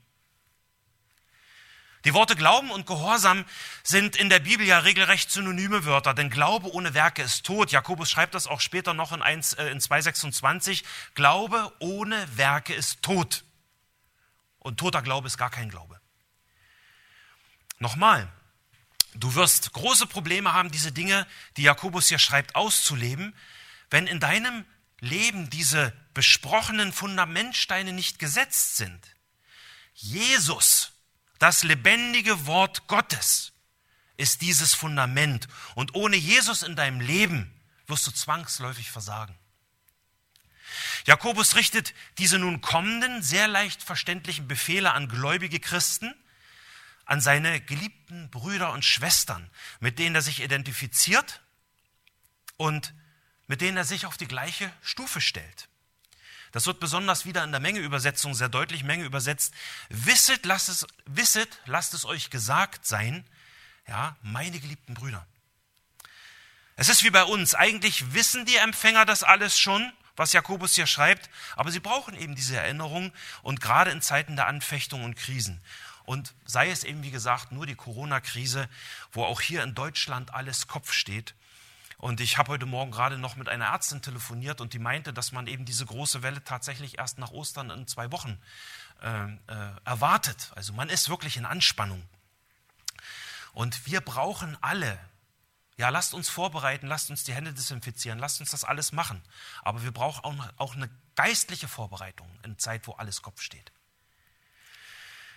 [SPEAKER 1] Die Worte Glauben und Gehorsam sind in der Bibel ja regelrecht synonyme Wörter, denn Glaube ohne Werke ist tot. Jakobus schreibt das auch später noch in 2,26. Glaube ohne Werke ist tot. Und toter Glaube ist gar kein Glaube. Nochmal. Du wirst große Probleme haben, diese Dinge, die Jakobus hier schreibt, auszuleben, wenn in deinem Leben diese besprochenen Fundamentsteine nicht gesetzt sind. Jesus, das lebendige Wort Gottes, ist dieses Fundament. Und ohne Jesus in deinem Leben wirst du zwangsläufig versagen. Jakobus richtet diese nun kommenden, sehr leicht verständlichen Befehle an gläubige Christen, an seine geliebten Brüder und Schwestern, mit denen er sich identifiziert und mit denen er sich auf die gleiche Stufe stellt. Das wird besonders wieder in der Menge-Übersetzung sehr deutlich, Menge übersetzt. Wisset, lasst es euch gesagt sein, ja, meine geliebten Brüder. Es ist wie bei uns, eigentlich wissen die Empfänger das alles schon, was Jakobus hier schreibt, aber sie brauchen eben diese Erinnerung und gerade in Zeiten der Anfechtung und Krisen. Und sei es eben, wie gesagt, nur die Corona-Krise, wo auch hier in Deutschland alles Kopf steht. Und ich habe heute Morgen gerade noch mit einer Ärztin telefoniert und die meinte, dass man eben diese große Welle tatsächlich erst nach Ostern in 2 Wochen erwartet. Also man ist wirklich in Anspannung. Und wir brauchen alle, ja, lasst uns vorbereiten, lasst uns die Hände desinfizieren, lasst uns das alles machen. Aber wir brauchen auch eine geistliche Vorbereitung in Zeit, wo alles Kopf steht.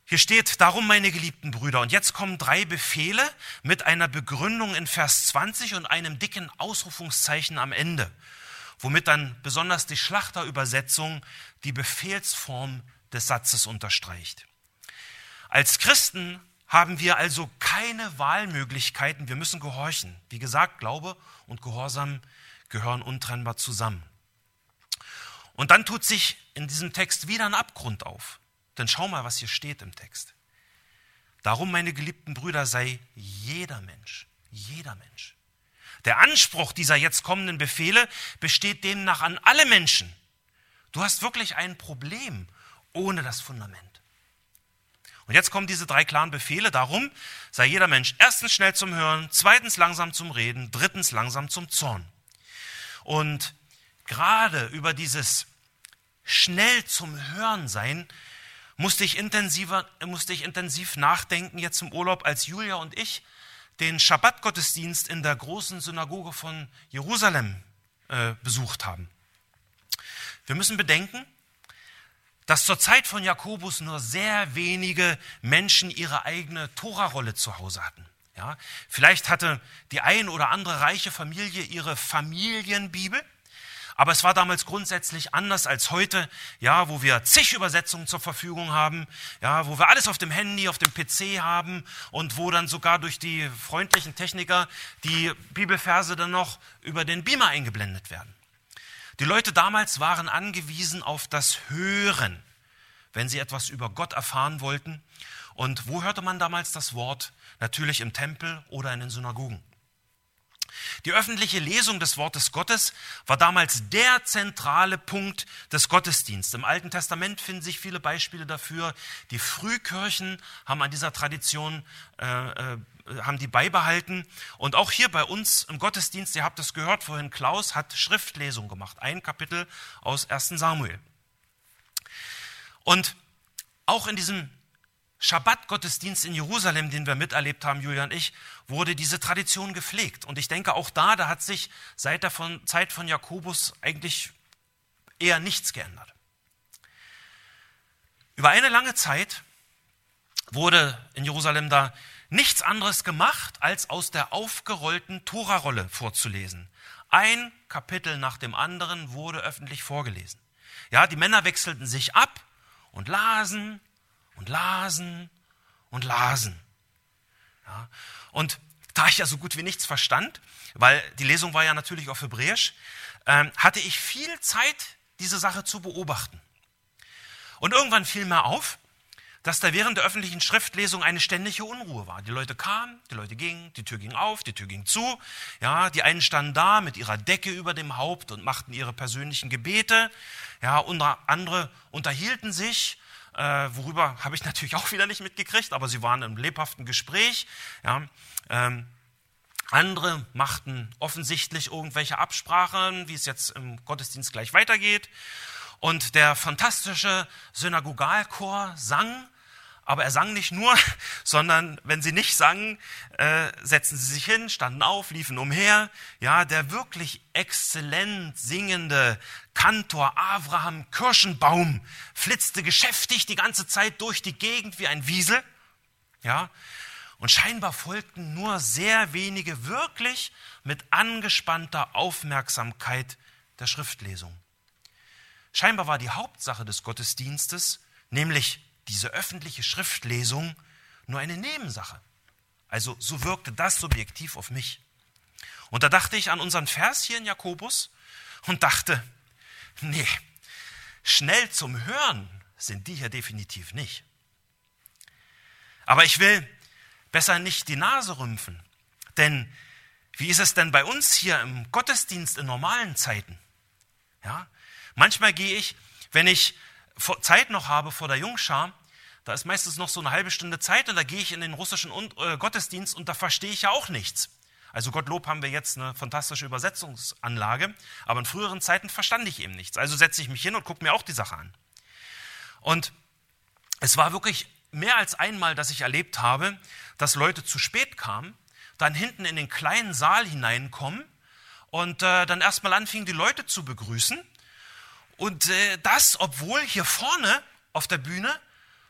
[SPEAKER 1] Hier steht, darum meine geliebten Brüder. Und jetzt kommen 3 Befehle mit einer Begründung in Vers 20 und einem dicken Ausrufungszeichen am Ende, womit dann besonders die Schlachterübersetzung die Befehlsform des Satzes unterstreicht. Als Christen haben wir also keine Wahlmöglichkeiten, wir müssen gehorchen. Wie gesagt, Glaube und Gehorsam gehören untrennbar zusammen. Und dann tut sich in diesem Text wieder ein Abgrund auf. Denn schau mal, was hier steht im Text. Darum, meine geliebten Brüder, sei jeder Mensch. Der Anspruch dieser jetzt kommenden Befehle besteht demnach an alle Menschen. Du hast wirklich ein Problem ohne das Fundament. Und jetzt kommen diese 3 klaren Befehle. Darum sei jeder Mensch erstens schnell zum Hören, zweitens langsam zum Reden, drittens langsam zum Zorn. Und gerade über dieses schnell zum Hören sein musste ich intensiv nachdenken jetzt im Urlaub, als Julia und ich den Schabbat-Gottesdienst in der großen Synagoge von Jerusalem besucht haben. Wir müssen bedenken, dass zur Zeit von Jakobus nur sehr wenige Menschen ihre eigene Torarolle zu Hause hatten. Ja, vielleicht hatte die ein oder andere reiche Familie ihre Familienbibel, aber es war damals grundsätzlich anders als heute, ja, wo wir zig Übersetzungen zur Verfügung haben, ja, wo wir alles auf dem Handy, auf dem PC haben und wo dann sogar durch die freundlichen Techniker die Bibelverse dann noch über den Beamer eingeblendet werden. Die Leute damals waren angewiesen auf das Hören, wenn sie etwas über Gott erfahren wollten. Und wo hörte man damals das Wort? Natürlich im Tempel oder in den Synagogen. Die öffentliche Lesung des Wortes Gottes war damals der zentrale Punkt des Gottesdienstes. Im Alten Testament finden sich viele Beispiele dafür. Die Frühkirchen haben an dieser Tradition haben die beibehalten. Und auch hier bei uns im Gottesdienst, ihr habt es gehört vorhin, Klaus hat Schriftlesung gemacht, ein Kapitel aus 1. Samuel. Und auch in diesem Schabbat-Gottesdienst in Jerusalem, den wir miterlebt haben, Julia und ich, wurde diese Tradition gepflegt. Und ich denke, auch da hat sich seit der Zeit von Jakobus eigentlich eher nichts geändert. Über eine lange Zeit wurde in Jerusalem da nichts anderes gemacht, als aus der aufgerollten Torarolle vorzulesen. Ein Kapitel nach dem anderen wurde öffentlich vorgelesen. Ja, die Männer wechselten sich ab und lasen und lasen und lasen. Ja, und da ich ja so gut wie nichts verstand, weil die Lesung war ja natürlich auf Hebräisch, hatte ich viel Zeit, diese Sache zu beobachten. Und irgendwann fiel mir auf, dass da während der öffentlichen Schriftlesung eine ständige Unruhe war. Die Leute kamen, die Leute gingen, die Tür ging auf, die Tür ging zu. Ja, die einen standen da mit ihrer Decke über dem Haupt und machten ihre persönlichen Gebete. Ja, andere unterhielten sich, worüber habe ich natürlich auch wieder nicht mitgekriegt, aber sie waren im lebhaften Gespräch. Ja, andere machten offensichtlich irgendwelche Absprachen, wie es jetzt im Gottesdienst gleich weitergeht. Und der fantastische Synagogalchor sang, aber er sang nicht nur, sondern wenn sie nicht sangen, setzten sie sich hin, standen auf, liefen umher. Ja, der wirklich exzellent singende Kantor Abraham Kirschenbaum flitzte geschäftig die ganze Zeit durch die Gegend wie ein Wiesel. Ja, und scheinbar folgten nur sehr wenige wirklich mit angespannter Aufmerksamkeit der Schriftlesung. Scheinbar war die Hauptsache des Gottesdienstes, nämlich diese öffentliche Schriftlesung, nur eine Nebensache. Also so wirkte das subjektiv auf mich. Und da dachte ich an unseren Vers hier in Jakobus und dachte, nee, schnell zum Hören sind die hier definitiv nicht. Aber ich will besser nicht die Nase rümpfen, denn wie ist es denn bei uns hier im Gottesdienst in normalen Zeiten? Ja, manchmal gehe ich, wenn ich Zeit noch habe vor der Jungschar, da ist meistens noch so eine halbe Stunde Zeit und da gehe ich in den russischen Gottesdienst und da verstehe ich ja auch nichts. Also Gottlob haben wir jetzt eine fantastische Übersetzungsanlage, aber in früheren Zeiten verstand ich eben nichts. Also setze ich mich hin und gucke mir auch die Sache an. Und es war wirklich mehr als einmal, dass ich erlebt habe, dass Leute zu spät kamen, dann hinten in den kleinen Saal hineinkommen und dann erstmal anfingen, die Leute zu begrüßen. Und das, obwohl hier vorne auf der Bühne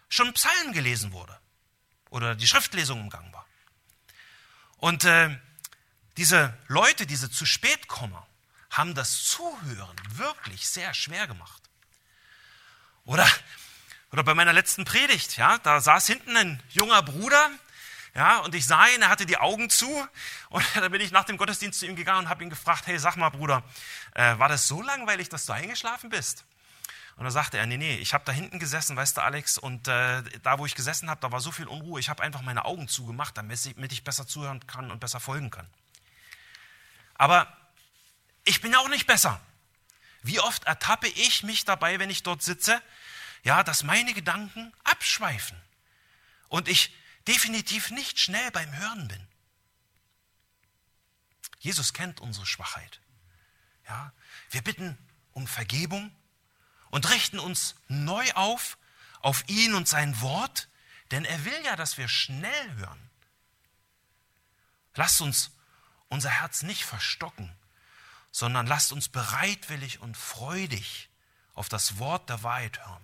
[SPEAKER 1] schon Psalmen gelesen wurde oder die Schriftlesung im Gang war. Und diese Leute, diese zu spät Kommer, haben das Zuhören wirklich sehr schwer gemacht. Oder bei meiner letzten Predigt, ja, da saß hinten ein junger Bruder, ja, und ich sah ihn, er hatte die Augen zu und da bin ich nach dem Gottesdienst zu ihm gegangen und habe ihn gefragt, hey, sag mal Bruder, war das so langweilig, dass du eingeschlafen bist? Und da sagte er, nee, ich habe da hinten gesessen, weißt du Alex, und da wo ich gesessen habe, da war so viel Unruhe, ich habe einfach meine Augen zugemacht, damit ich besser zuhören kann und besser folgen kann. Aber ich bin ja auch nicht besser. Wie oft ertappe ich mich dabei, wenn ich dort sitze, ja, dass meine Gedanken abschweifen und ich definitiv nicht schnell beim Hören bin. Jesus kennt unsere Schwachheit. Ja, wir bitten um Vergebung und richten uns neu auf ihn und sein Wort, denn er will ja, dass wir schnell hören. Lasst uns unser Herz nicht verstocken, sondern lasst uns bereitwillig und freudig auf das Wort der Wahrheit hören.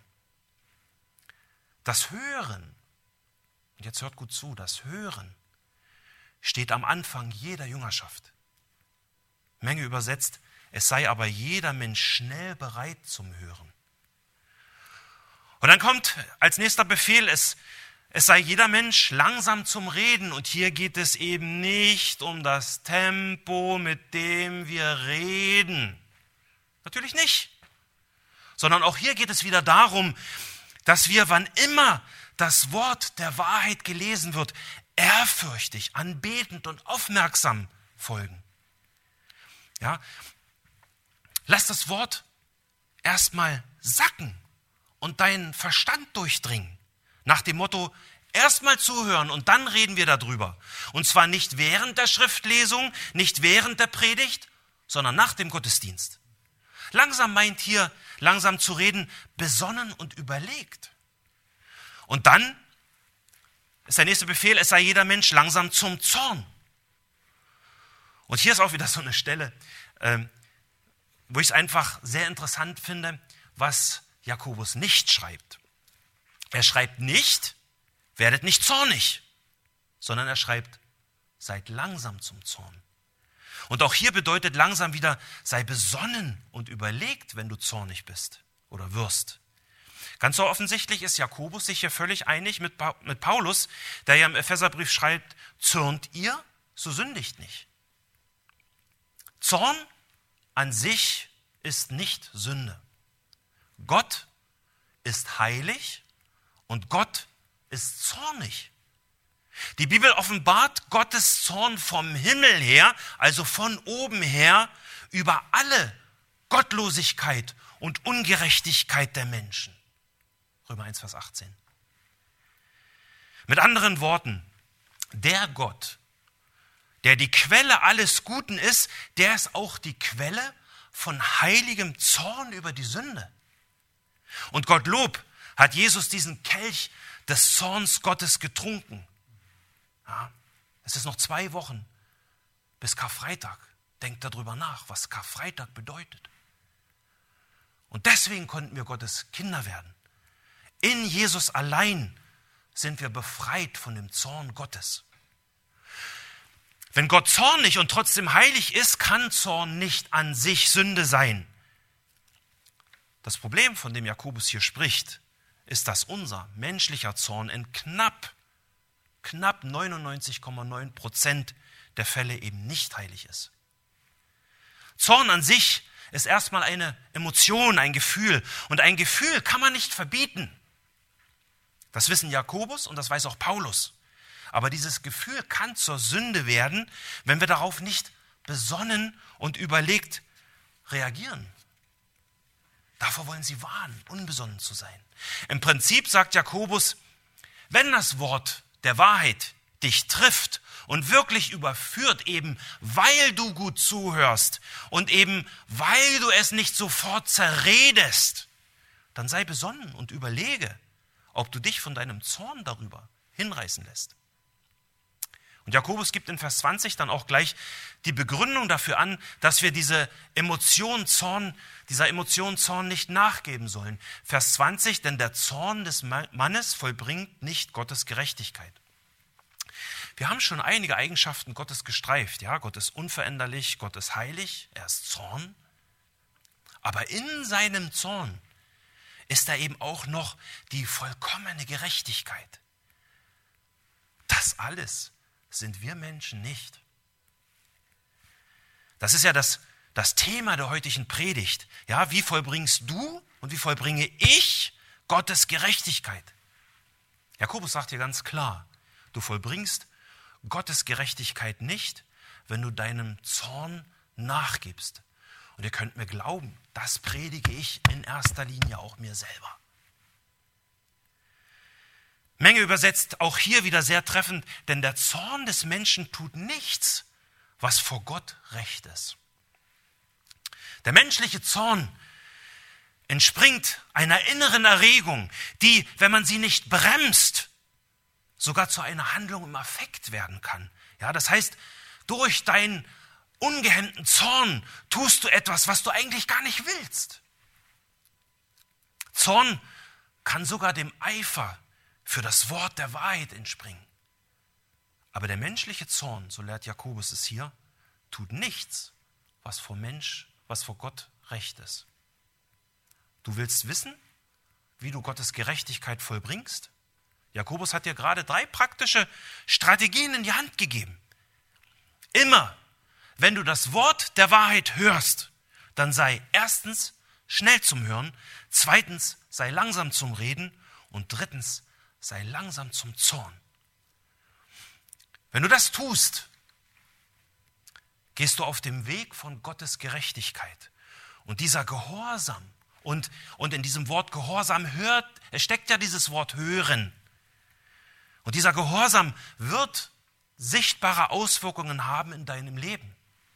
[SPEAKER 1] Das Hören, und jetzt hört gut zu, das Hören steht am Anfang jeder Jüngerschaft. Menge übersetzt, es sei aber jeder Mensch schnell bereit zum Hören. Und dann kommt als nächster Befehl, es sei jeder Mensch langsam zum Reden. Und hier geht es eben nicht um das Tempo, mit dem wir reden. Natürlich nicht. Sondern auch hier geht es wieder darum, dass wir, wann immer das Wort der Wahrheit gelesen wird, ehrfürchtig, anbetend und aufmerksam folgen. Ja? Lass das Wort erstmal sacken und deinen Verstand durchdringen. Nach dem Motto, erstmal zuhören und dann reden wir darüber. Und zwar nicht während der Schriftlesung, nicht während der Predigt, sondern nach dem Gottesdienst. Langsam meint hier, langsam zu reden, besonnen und überlegt. Und dann ist der nächste Befehl, es sei jeder Mensch langsam zum Zorn. Und hier ist auch wieder so eine Stelle, wo ich es einfach sehr interessant finde, was Jakobus nicht schreibt. Er schreibt nicht, werdet nicht zornig, sondern er schreibt, seid langsam zum Zorn. Und auch hier bedeutet langsam wieder, sei besonnen und überlegt, wenn du zornig bist oder wirst. Ganz so offensichtlich ist Jakobus sich hier völlig einig mit Paulus, der ja im Epheserbrief schreibt, zürnt ihr, so sündigt nicht. Zorn an sich ist nicht Sünde. Gott ist heilig und Gott ist zornig. Die Bibel offenbart Gottes Zorn vom Himmel her, also von oben her, über alle Gottlosigkeit und Ungerechtigkeit der Menschen. Römer 1, Vers 18. Mit anderen Worten, der Gott, der die Quelle alles Guten ist, der ist auch die Quelle von heiligem Zorn über die Sünde. Und Gottlob hat Jesus diesen Kelch des Zorns Gottes getrunken. Ja, es ist noch 2 Wochen bis Karfreitag. Denkt darüber nach, was Karfreitag bedeutet. Und deswegen konnten wir Gottes Kinder werden. In Jesus allein sind wir befreit von dem Zorn Gottes. Wenn Gott zornig und trotzdem heilig ist, kann Zorn nicht an sich Sünde sein. Das Problem, von dem Jakobus hier spricht, ist, dass unser menschlicher Zorn in knapp 99,9% der Fälle eben nicht heilig ist. Zorn an sich ist erstmal eine Emotion, ein Gefühl. Und ein Gefühl kann man nicht verbieten. Das wissen Jakobus und das weiß auch Paulus. Aber dieses Gefühl kann zur Sünde werden, wenn wir darauf nicht besonnen und überlegt reagieren. Davor wollen sie warnen, unbesonnen zu sein. Im Prinzip sagt Jakobus, wenn das Wort der Wahrheit dich trifft und wirklich überführt, eben weil du gut zuhörst und eben weil du es nicht sofort zerredest, dann sei besonnen und überlege, ob du dich von deinem Zorn darüber hinreißen lässt. Und Jakobus gibt in Vers 20 dann auch gleich die Begründung dafür an, dass wir dieser Emotion Zorn nicht nachgeben sollen. Vers 20, denn der Zorn des Mannes vollbringt nicht Gottes Gerechtigkeit. Wir haben schon einige Eigenschaften Gottes gestreift. Ja, Gott ist unveränderlich, Gott ist heilig, er ist Zorn. Aber in seinem Zorn ist da eben auch noch die vollkommene Gerechtigkeit. Das alles sind wir Menschen nicht. Das ist ja das Thema der heutigen Predigt. Ja, wie vollbringst du und wie vollbringe ich Gottes Gerechtigkeit? Jakobus sagt hier ganz klar, du vollbringst Gottes Gerechtigkeit nicht, wenn du deinem Zorn nachgibst. Und ihr könnt mir glauben, das predige ich in erster Linie auch mir selber. Menge übersetzt auch hier wieder sehr treffend, denn der Zorn des Menschen tut nichts, was vor Gott recht ist. Der menschliche Zorn entspringt einer inneren Erregung, die, wenn man sie nicht bremst, sogar zu einer Handlung im Affekt werden kann. Ja, das heißt, durch deinen ungehemmten Zorn tust du etwas, was du eigentlich gar nicht willst. Zorn kann sogar dem Eifer für das Wort der Wahrheit entspringen. Aber der menschliche Zorn, so lehrt Jakobus es hier, tut nichts, was vor Gott recht ist. Du willst wissen, wie du Gottes Gerechtigkeit vollbringst? Jakobus hat dir gerade 3 praktische Strategien in die Hand gegeben. Immer, wenn du das Wort der Wahrheit hörst, dann sei erstens schnell zum Hören, zweitens sei langsam zum Reden und drittens sei langsam zum Zorn. Wenn du das tust, gehst du auf dem Weg von Gottes Gerechtigkeit. Und dieser Gehorsam, und in diesem Wort Gehorsam es steckt ja dieses Wort hören. Und dieser Gehorsam wird sichtbare Auswirkungen haben in deinem Leben.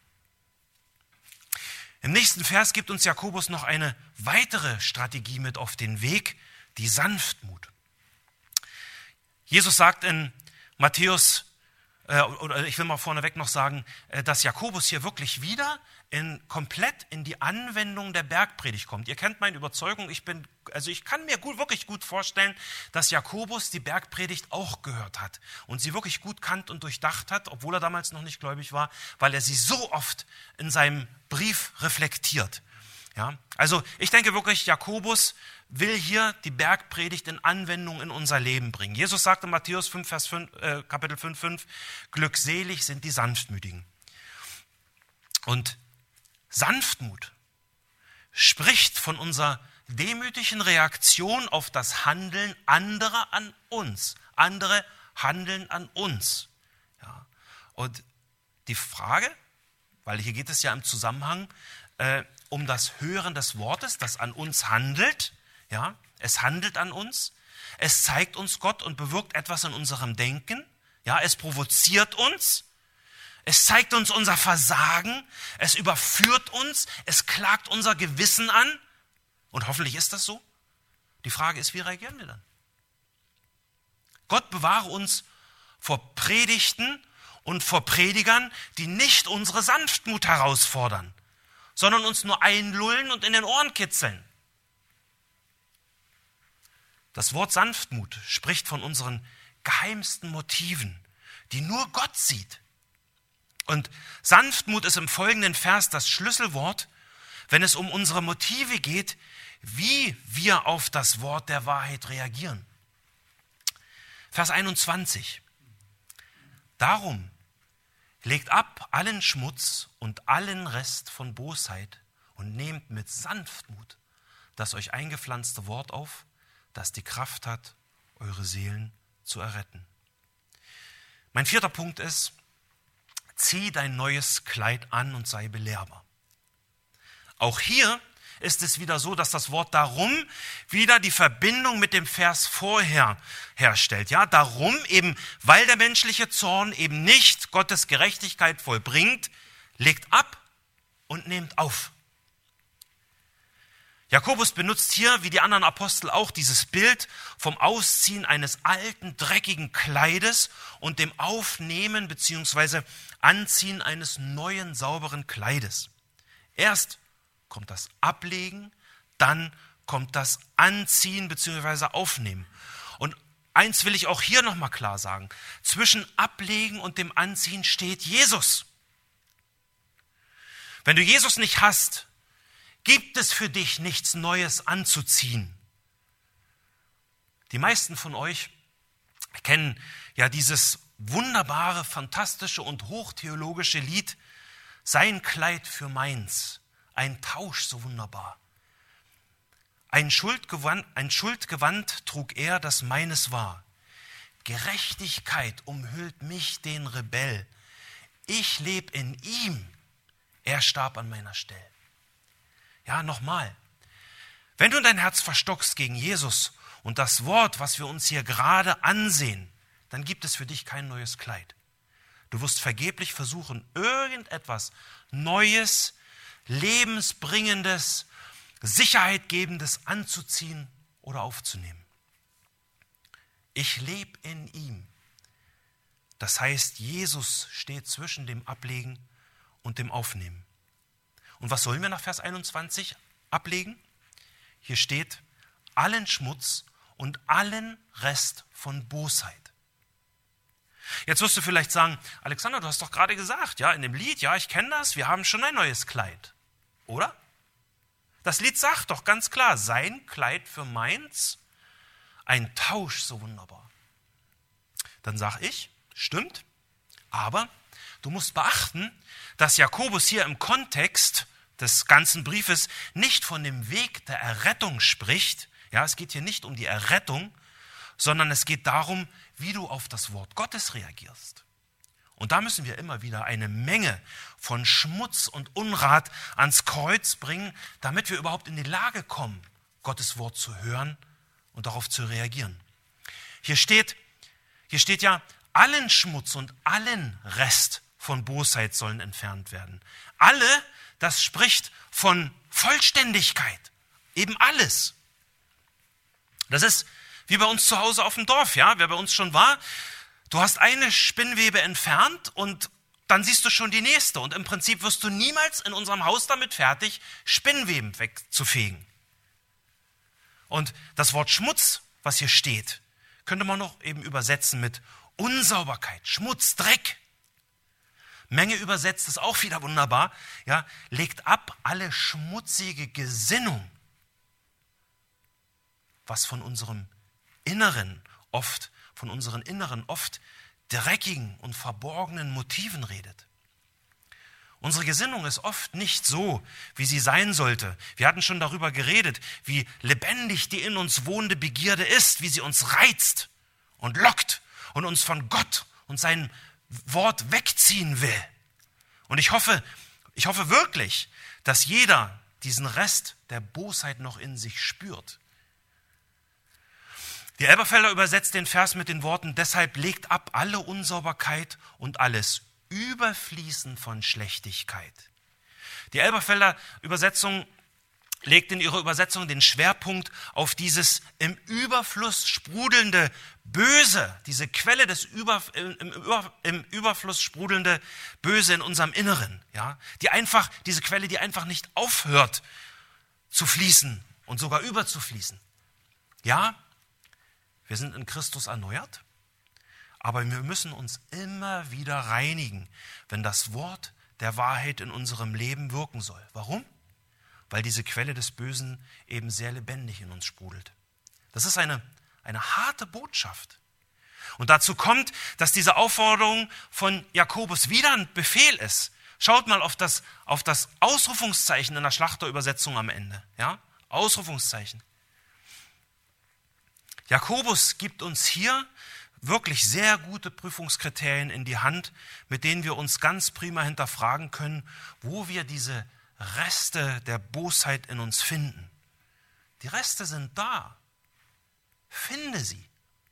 [SPEAKER 1] Im nächsten Vers gibt uns Jakobus noch eine weitere Strategie mit auf den Weg, die Sanftmut. Jesus sagt in Matthäus, oder ich will mal vorneweg noch sagen, dass Jakobus hier wirklich wieder komplett in die Anwendung der Bergpredigt kommt. Ihr kennt meine Überzeugung, ich kann mir wirklich gut vorstellen, dass Jakobus die Bergpredigt auch gehört hat und sie wirklich gut kannt und durchdacht hat, obwohl er damals noch nicht gläubig war, weil er sie so oft in seinem Brief reflektiert. Ja, also ich denke wirklich, Jakobus will hier die Bergpredigt in Anwendung in unser Leben bringen. Jesus sagt in Matthäus 5, Kapitel 5, 5, glückselig sind die Sanftmütigen. Und Sanftmut spricht von unserer demütigen Reaktion auf das Handeln anderer an uns. Andere handeln an uns. Ja. Und die Frage, weil hier geht es ja im Zusammenhang um das Hören des Wortes, das an uns handelt. Ja, es handelt an uns. Es zeigt uns Gott und bewirkt etwas in unserem Denken. Ja, es provoziert uns. Es zeigt uns unser Versagen. Es überführt uns. Es klagt unser Gewissen an. Und hoffentlich ist das so. Die Frage ist, wie reagieren wir dann? Gott bewahre uns vor Predigten und vor Predigern, die nicht unsere Sanftmut herausfordern, sondern uns nur einlullen und in den Ohren kitzeln. Das Wort Sanftmut spricht von unseren geheimsten Motiven, die nur Gott sieht. Und Sanftmut ist im folgenden Vers das Schlüsselwort, wenn es um unsere Motive geht, wie wir auf das Wort der Wahrheit reagieren. Vers 21. Darum legt ab allen Schmutz und allen Rest von Bosheit und nehmt mit Sanftmut das euch eingepflanzte Wort auf, das die Kraft hat, eure Seelen zu erretten. Mein 4. Punkt ist, zieh dein neues Kleid an und sei belehrbar. Auch hier ist es wieder so, dass das Wort darum wieder die Verbindung mit dem Vers vorher herstellt. Ja, darum eben, weil der menschliche Zorn eben nicht Gottes Gerechtigkeit vollbringt, legt ab und nehmt auf. Jakobus benutzt hier, wie die anderen Apostel auch, dieses Bild vom Ausziehen eines alten, dreckigen Kleides und dem Aufnehmen bzw. Anziehen eines neuen, sauberen Kleides. Erst kommt das Ablegen, dann kommt das Anziehen bzw. Aufnehmen. Und eins will ich auch hier nochmal klar sagen. Zwischen Ablegen und dem Anziehen steht Jesus. Wenn du Jesus nicht hast, gibt es für dich nichts Neues anzuziehen. Die meisten von euch kennen ja dieses wunderbare, fantastische und hochtheologische Lied Sein Kleid für meins, ein Tausch so wunderbar. Ein Schuldgewand trug er, das meines war. Gerechtigkeit umhüllt mich, den Rebell. Ich leb in ihm, er starb an meiner Stelle. Ja, nochmal. Wenn du dein Herz verstockst gegen Jesus und das Wort, was wir uns hier gerade ansehen, dann gibt es für dich kein neues Kleid. Du wirst vergeblich versuchen, irgendetwas Neues, Lebensbringendes, Sicherheitgebendes anzuziehen oder aufzunehmen. Ich lebe in ihm. Das heißt, Jesus steht zwischen dem Ablegen und dem Aufnehmen. Und was sollen wir nach Vers 21 ablegen? Hier steht, allen Schmutz und allen Rest von Bosheit. Jetzt wirst du vielleicht sagen, Alexander, du hast doch gerade gesagt, ja, in dem Lied, ja, ich kenne das, wir haben schon ein neues Kleid. Oder? Das Lied sagt doch ganz klar, sein Kleid für meins, ein Tausch so wunderbar. Dann sage ich, stimmt, aber du musst beachten, dass Jakobus hier im Kontext des ganzen Briefes nicht von dem Weg der Errettung spricht. Ja, es geht hier nicht um die Errettung, sondern es geht darum, wie du auf das Wort Gottes reagierst. Und da müssen wir immer wieder eine Menge von Schmutz und Unrat ans Kreuz bringen, damit wir überhaupt in die Lage kommen, Gottes Wort zu hören und darauf zu reagieren. Hier steht ja, allen Schmutz und allen Rest von Bosheit sollen entfernt werden. Alle, das spricht von Vollständigkeit. Eben alles. Das ist wie bei uns zu Hause auf dem Dorf, ja. Wer bei uns schon war, du hast eine Spinnwebe entfernt und dann siehst du schon die nächste. Und im Prinzip wirst du niemals in unserem Haus damit fertig, Spinnweben wegzufegen. Und das Wort Schmutz, was hier steht, könnte man noch eben übersetzen mit Unsauberkeit, Schmutz, Dreck. Menge übersetzt ist auch wieder wunderbar, ja, legt ab alle schmutzige Gesinnung, was von unseren inneren oft dreckigen und verborgenen Motiven redet. Unsere Gesinnung ist oft nicht so, wie sie sein sollte. Wir hatten schon darüber geredet, wie lebendig die in uns wohnende Begierde ist, wie sie uns reizt und lockt und uns von Gott und seinem Wort wegziehen will. Und ich hoffe wirklich, dass jeder diesen Rest der Bosheit noch in sich spürt. Die Elberfelder übersetzt den Vers mit den Worten, deshalb legt ab alle Unsauberkeit und alles Überfließen von Schlechtigkeit. Die Elberfelder Übersetzung legt in ihrer Übersetzung den Schwerpunkt auf dieses im Überfluss sprudelnde Böse, diese Quelle des im Überfluss sprudelnde Böse in unserem Inneren, ja, diese Quelle, die einfach nicht aufhört zu fließen und sogar überzufließen. Ja, wir sind in Christus erneuert, aber wir müssen uns immer wieder reinigen, wenn das Wort der Wahrheit in unserem Leben wirken soll. Warum? Weil diese Quelle des Bösen eben sehr lebendig in uns sprudelt. Das ist eine harte Botschaft. Und dazu kommt, dass diese Aufforderung von Jakobus wieder ein Befehl ist. Schaut mal auf das Ausrufungszeichen in der Schlachterübersetzung am Ende. Ja? Ausrufungszeichen. Jakobus gibt uns hier wirklich sehr gute Prüfungskriterien in die Hand, mit denen wir uns ganz prima hinterfragen können, wo wir diese Reste der Bosheit in uns finden. Die Reste sind da. Finde sie.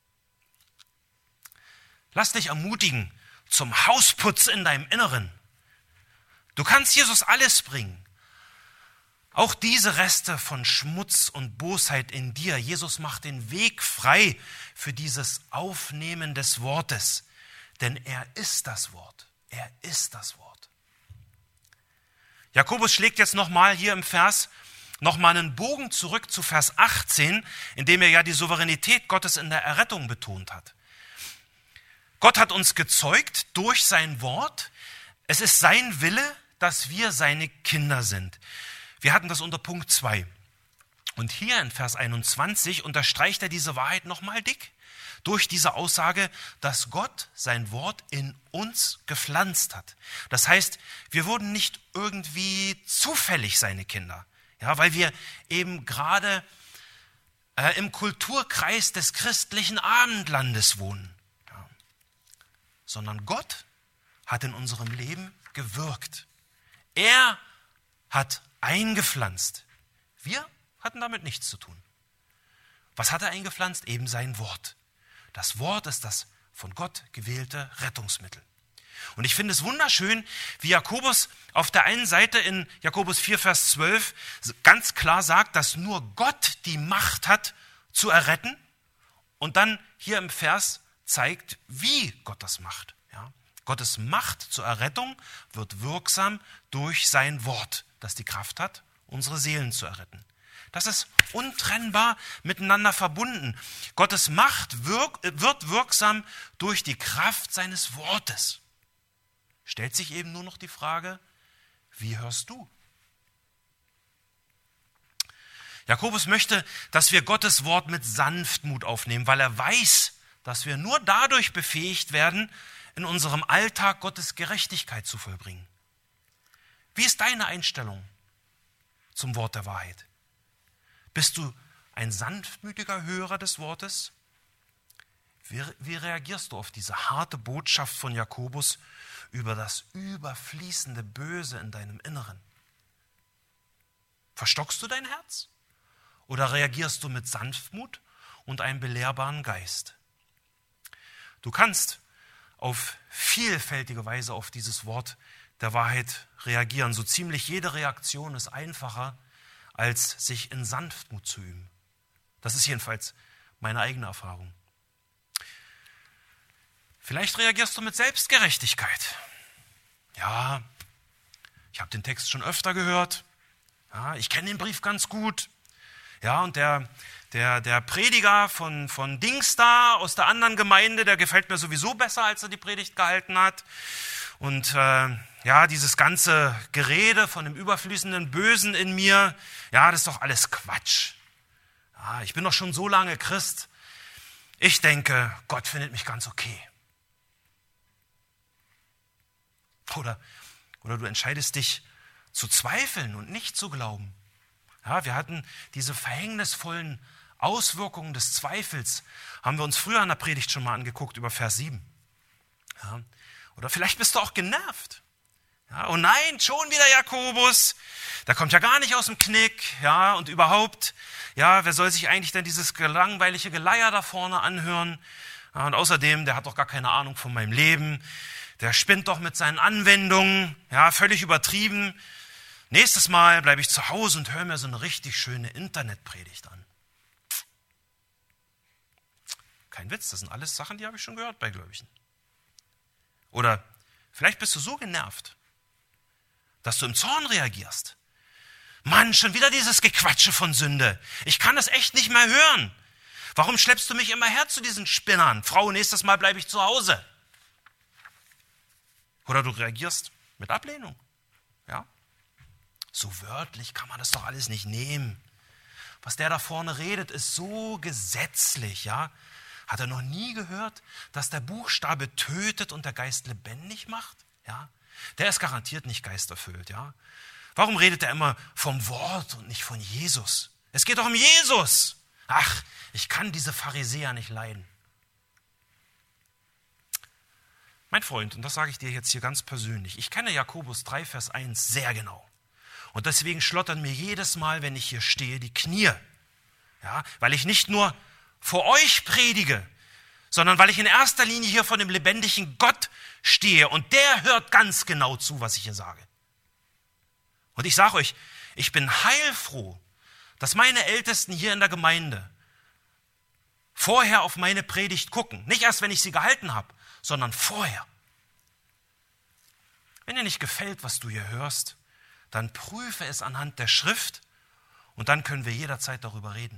[SPEAKER 1] Lass dich ermutigen zum Hausputz in deinem Inneren. Du kannst Jesus alles bringen. Auch diese Reste von Schmutz und Bosheit in dir, Jesus macht den Weg frei für dieses Aufnehmen des Wortes. Denn er ist das Wort. Er ist das Wort. Jakobus schlägt jetzt nochmal hier im Vers nochmal einen Bogen zurück zu Vers 18, in dem er ja die Souveränität Gottes in der Errettung betont hat. Gott hat uns gezeugt durch sein Wort. Es ist sein Wille, dass wir seine Kinder sind. Wir hatten das unter Punkt 2. Und hier in Vers 21 unterstreicht er diese Wahrheit nochmal dick. Durch diese Aussage, dass Gott sein Wort in uns gepflanzt hat. Das heißt, wir wurden nicht irgendwie zufällig seine Kinder. Ja, weil wir eben gerade im Kulturkreis des christlichen Abendlandes wohnen. Ja. Sondern Gott hat in unserem Leben gewirkt. Er hat eingepflanzt. Wir hatten damit nichts zu tun. Was hat er eingepflanzt? Eben sein Wort. Das Wort ist das von Gott gewählte Rettungsmittel. Und ich finde es wunderschön, wie Jakobus auf der einen Seite in Jakobus 4, Vers 12 ganz klar sagt, dass nur Gott die Macht hat zu erretten und dann hier im Vers zeigt, wie Gott das macht. Ja? Gottes Macht zur Errettung wird wirksam durch sein Wort, das die Kraft hat, unsere Seelen zu erretten. Das ist untrennbar miteinander verbunden. Gottes Macht wird wirksam durch die Kraft seines Wortes. Stellt sich eben nur noch die Frage, wie hörst du? Jakobus möchte, dass wir Gottes Wort mit Sanftmut aufnehmen, weil er weiß, dass wir nur dadurch befähigt werden, in unserem Alltag Gottes Gerechtigkeit zu vollbringen. Wie ist deine Einstellung zum Wort der Wahrheit? Bist du ein sanftmütiger Hörer des Wortes? Wie reagierst du auf diese harte Botschaft von Jakobus über das überfließende Böse in deinem Inneren? Verstockst du dein Herz? Oder reagierst du mit Sanftmut und einem belehrbaren Geist? Du kannst auf vielfältige Weise auf dieses Wort der Wahrheit reagieren. So ziemlich jede Reaktion ist einfacher, als sich in Sanftmut zu üben. Das ist jedenfalls meine eigene Erfahrung. Vielleicht reagierst du mit Selbstgerechtigkeit. Ja, ich habe den Text schon öfter gehört. Ja, ich kenne den Brief ganz gut. Ja, und der Prediger von Dings da aus der anderen Gemeinde, der gefällt mir sowieso besser, als er die Predigt gehalten hat. Und dieses ganze Gerede von dem überfließenden Bösen in mir, ja, das ist doch alles Quatsch. Ja, ich bin doch schon so lange Christ. Ich denke, Gott findet mich ganz okay. Oder du entscheidest dich zu zweifeln und nicht zu glauben. Ja, wir hatten diese verhängnisvollen Auswirkungen des Zweifels, haben wir uns früher in der Predigt schon mal angeguckt über Vers 7. Ja, oder vielleicht bist du auch genervt. Ja, oh nein, schon wieder Jakobus. Der kommt ja gar nicht aus dem Knick. Ja, und überhaupt, ja, wer soll sich eigentlich denn dieses langweilige Geleier da vorne anhören? Ja, und außerdem, der hat doch gar keine Ahnung von meinem Leben. Der spinnt doch mit seinen Anwendungen. Ja, völlig übertrieben. Nächstes Mal bleibe ich zu Hause und höre mir so eine richtig schöne Internetpredigt an. Kein Witz, das sind alles Sachen, die habe ich schon gehört bei Gläubigen. Oder vielleicht bist du so genervt, dass du im Zorn reagierst. Mann, schon wieder dieses Gequatsche von Sünde. Ich kann das echt nicht mehr hören. Warum schleppst du mich immer her zu diesen Spinnern? Frau, nächstes Mal bleibe ich zu Hause. Oder du reagierst mit Ablehnung. Ja? So wörtlich kann man das doch alles nicht nehmen. Was der da vorne redet, ist so gesetzlich. Ja? Hat er noch nie gehört, dass der Buchstabe tötet und der Geist lebendig macht? Ja? Der ist garantiert nicht geisterfüllt. Ja? Warum redet er immer vom Wort und nicht von Jesus? Es geht doch um Jesus. Ach, ich kann diese Pharisäer nicht leiden. Mein Freund, und das sage ich dir jetzt hier ganz persönlich, ich kenne Jakobus 3, Vers 1 sehr genau. Und deswegen schlottern mir jedes Mal, wenn ich hier stehe, die Knie. Ja, weil ich nicht nur vor euch predige, sondern weil ich in erster Linie hier vor dem lebendigen Gott stehe. Und der hört ganz genau zu, was ich hier sage. Und ich sage euch, Ich bin heilfroh, dass meine Ältesten hier in der Gemeinde vorher auf meine Predigt gucken. Nicht erst, wenn ich sie gehalten habe, sondern vorher. Wenn dir nicht gefällt, was du hier hörst, dann prüfe es anhand der Schrift und dann können wir jederzeit darüber reden.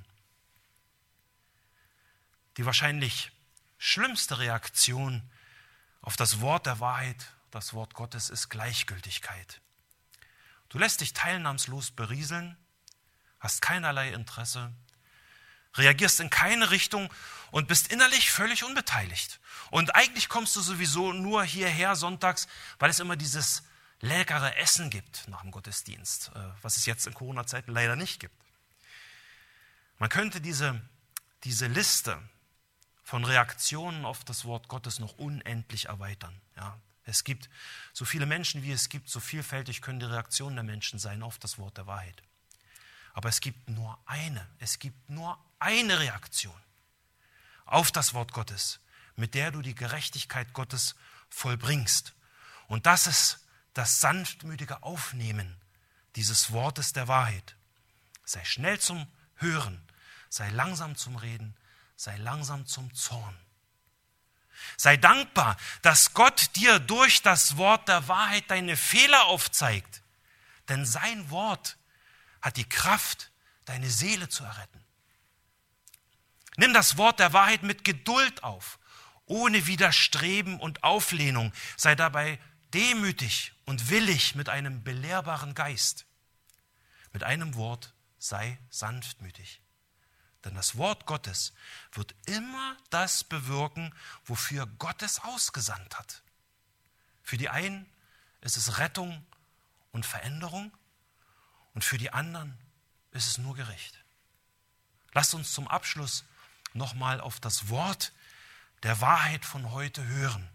[SPEAKER 1] Die wahrscheinlich schlimmste Reaktion auf das Wort der Wahrheit, das Wort Gottes, ist Gleichgültigkeit. Du lässt dich teilnahmslos berieseln, hast keinerlei Interesse, reagierst in keine Richtung und bist innerlich völlig unbeteiligt. Und eigentlich kommst du sowieso nur hierher sonntags, weil es immer dieses leckere Essen gibt nach dem Gottesdienst, was es jetzt in Corona-Zeiten leider nicht gibt. Man könnte diese Liste von Reaktionen auf das Wort Gottes noch unendlich erweitern. Ja, es gibt so viele Menschen, wie es gibt, so vielfältig können die Reaktionen der Menschen sein auf das Wort der Wahrheit. Aber es gibt nur eine Reaktion auf das Wort Gottes, mit der du die Gerechtigkeit Gottes vollbringst. Und das ist das sanftmütige Aufnehmen dieses Wortes der Wahrheit. Sei schnell zum Hören, sei langsam zum Reden, sei langsam zum Zorn. Sei dankbar, dass Gott dir durch das Wort der Wahrheit deine Fehler aufzeigt. Denn sein Wort hat die Kraft, deine Seele zu erretten. Nimm das Wort der Wahrheit mit Geduld auf, ohne Widerstreben und Auflehnung. Sei dabei demütig und willig mit einem belehrbaren Geist. Mit einem Wort, sei sanftmütig. Denn das Wort Gottes wird immer das bewirken, wofür Gott es ausgesandt hat. Für die einen ist es Rettung und Veränderung und für die anderen ist es nur Gericht. Lasst uns zum Abschluss nochmal auf das Wort der Wahrheit von heute hören.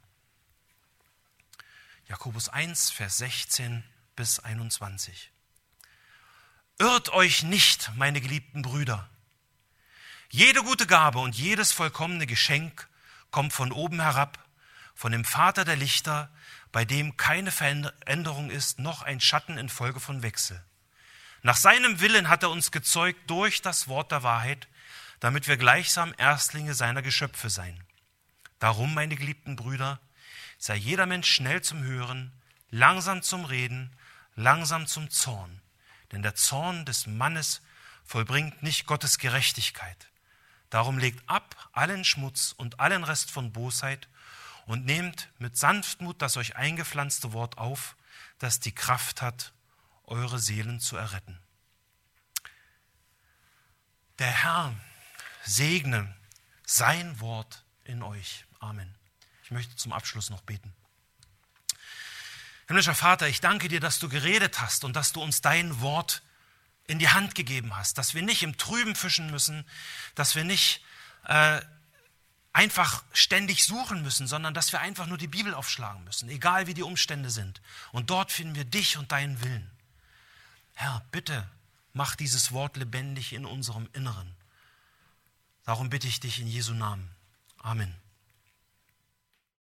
[SPEAKER 1] Jakobus 1, Vers 16 bis 21. Irrt euch nicht, meine geliebten Brüder. Jede gute Gabe und jedes vollkommene Geschenk kommt von oben herab, von dem Vater der Lichter, bei dem keine Veränderung ist, noch ein Schatten infolge von Wechsel. Nach seinem Willen hat er uns gezeugt durch das Wort der Wahrheit, damit wir gleichsam Erstlinge seiner Geschöpfe seien. Darum, meine geliebten Brüder, sei jeder Mensch schnell zum Hören, langsam zum Reden, langsam zum Zorn. Denn der Zorn des Mannes vollbringt nicht Gottes Gerechtigkeit. Darum legt ab allen Schmutz und allen Rest von Bosheit und nehmt mit Sanftmut das euch eingepflanzte Wort auf, das die Kraft hat, eure Seelen zu erretten. Der Herr segne sein Wort in euch. Amen. Ich möchte zum Abschluss noch beten. Himmlischer Vater, ich danke dir, dass du geredet hast und dass du uns dein Wort in die Hand gegeben hast, dass wir nicht im Trüben fischen müssen, dass wir nicht einfach ständig suchen müssen, sondern dass wir einfach nur die Bibel aufschlagen müssen, egal wie die Umstände sind. Und dort finden wir dich und deinen Willen. Herr, bitte mach dieses Wort lebendig in unserem Inneren. Darum bitte ich dich in Jesu Namen. Amen.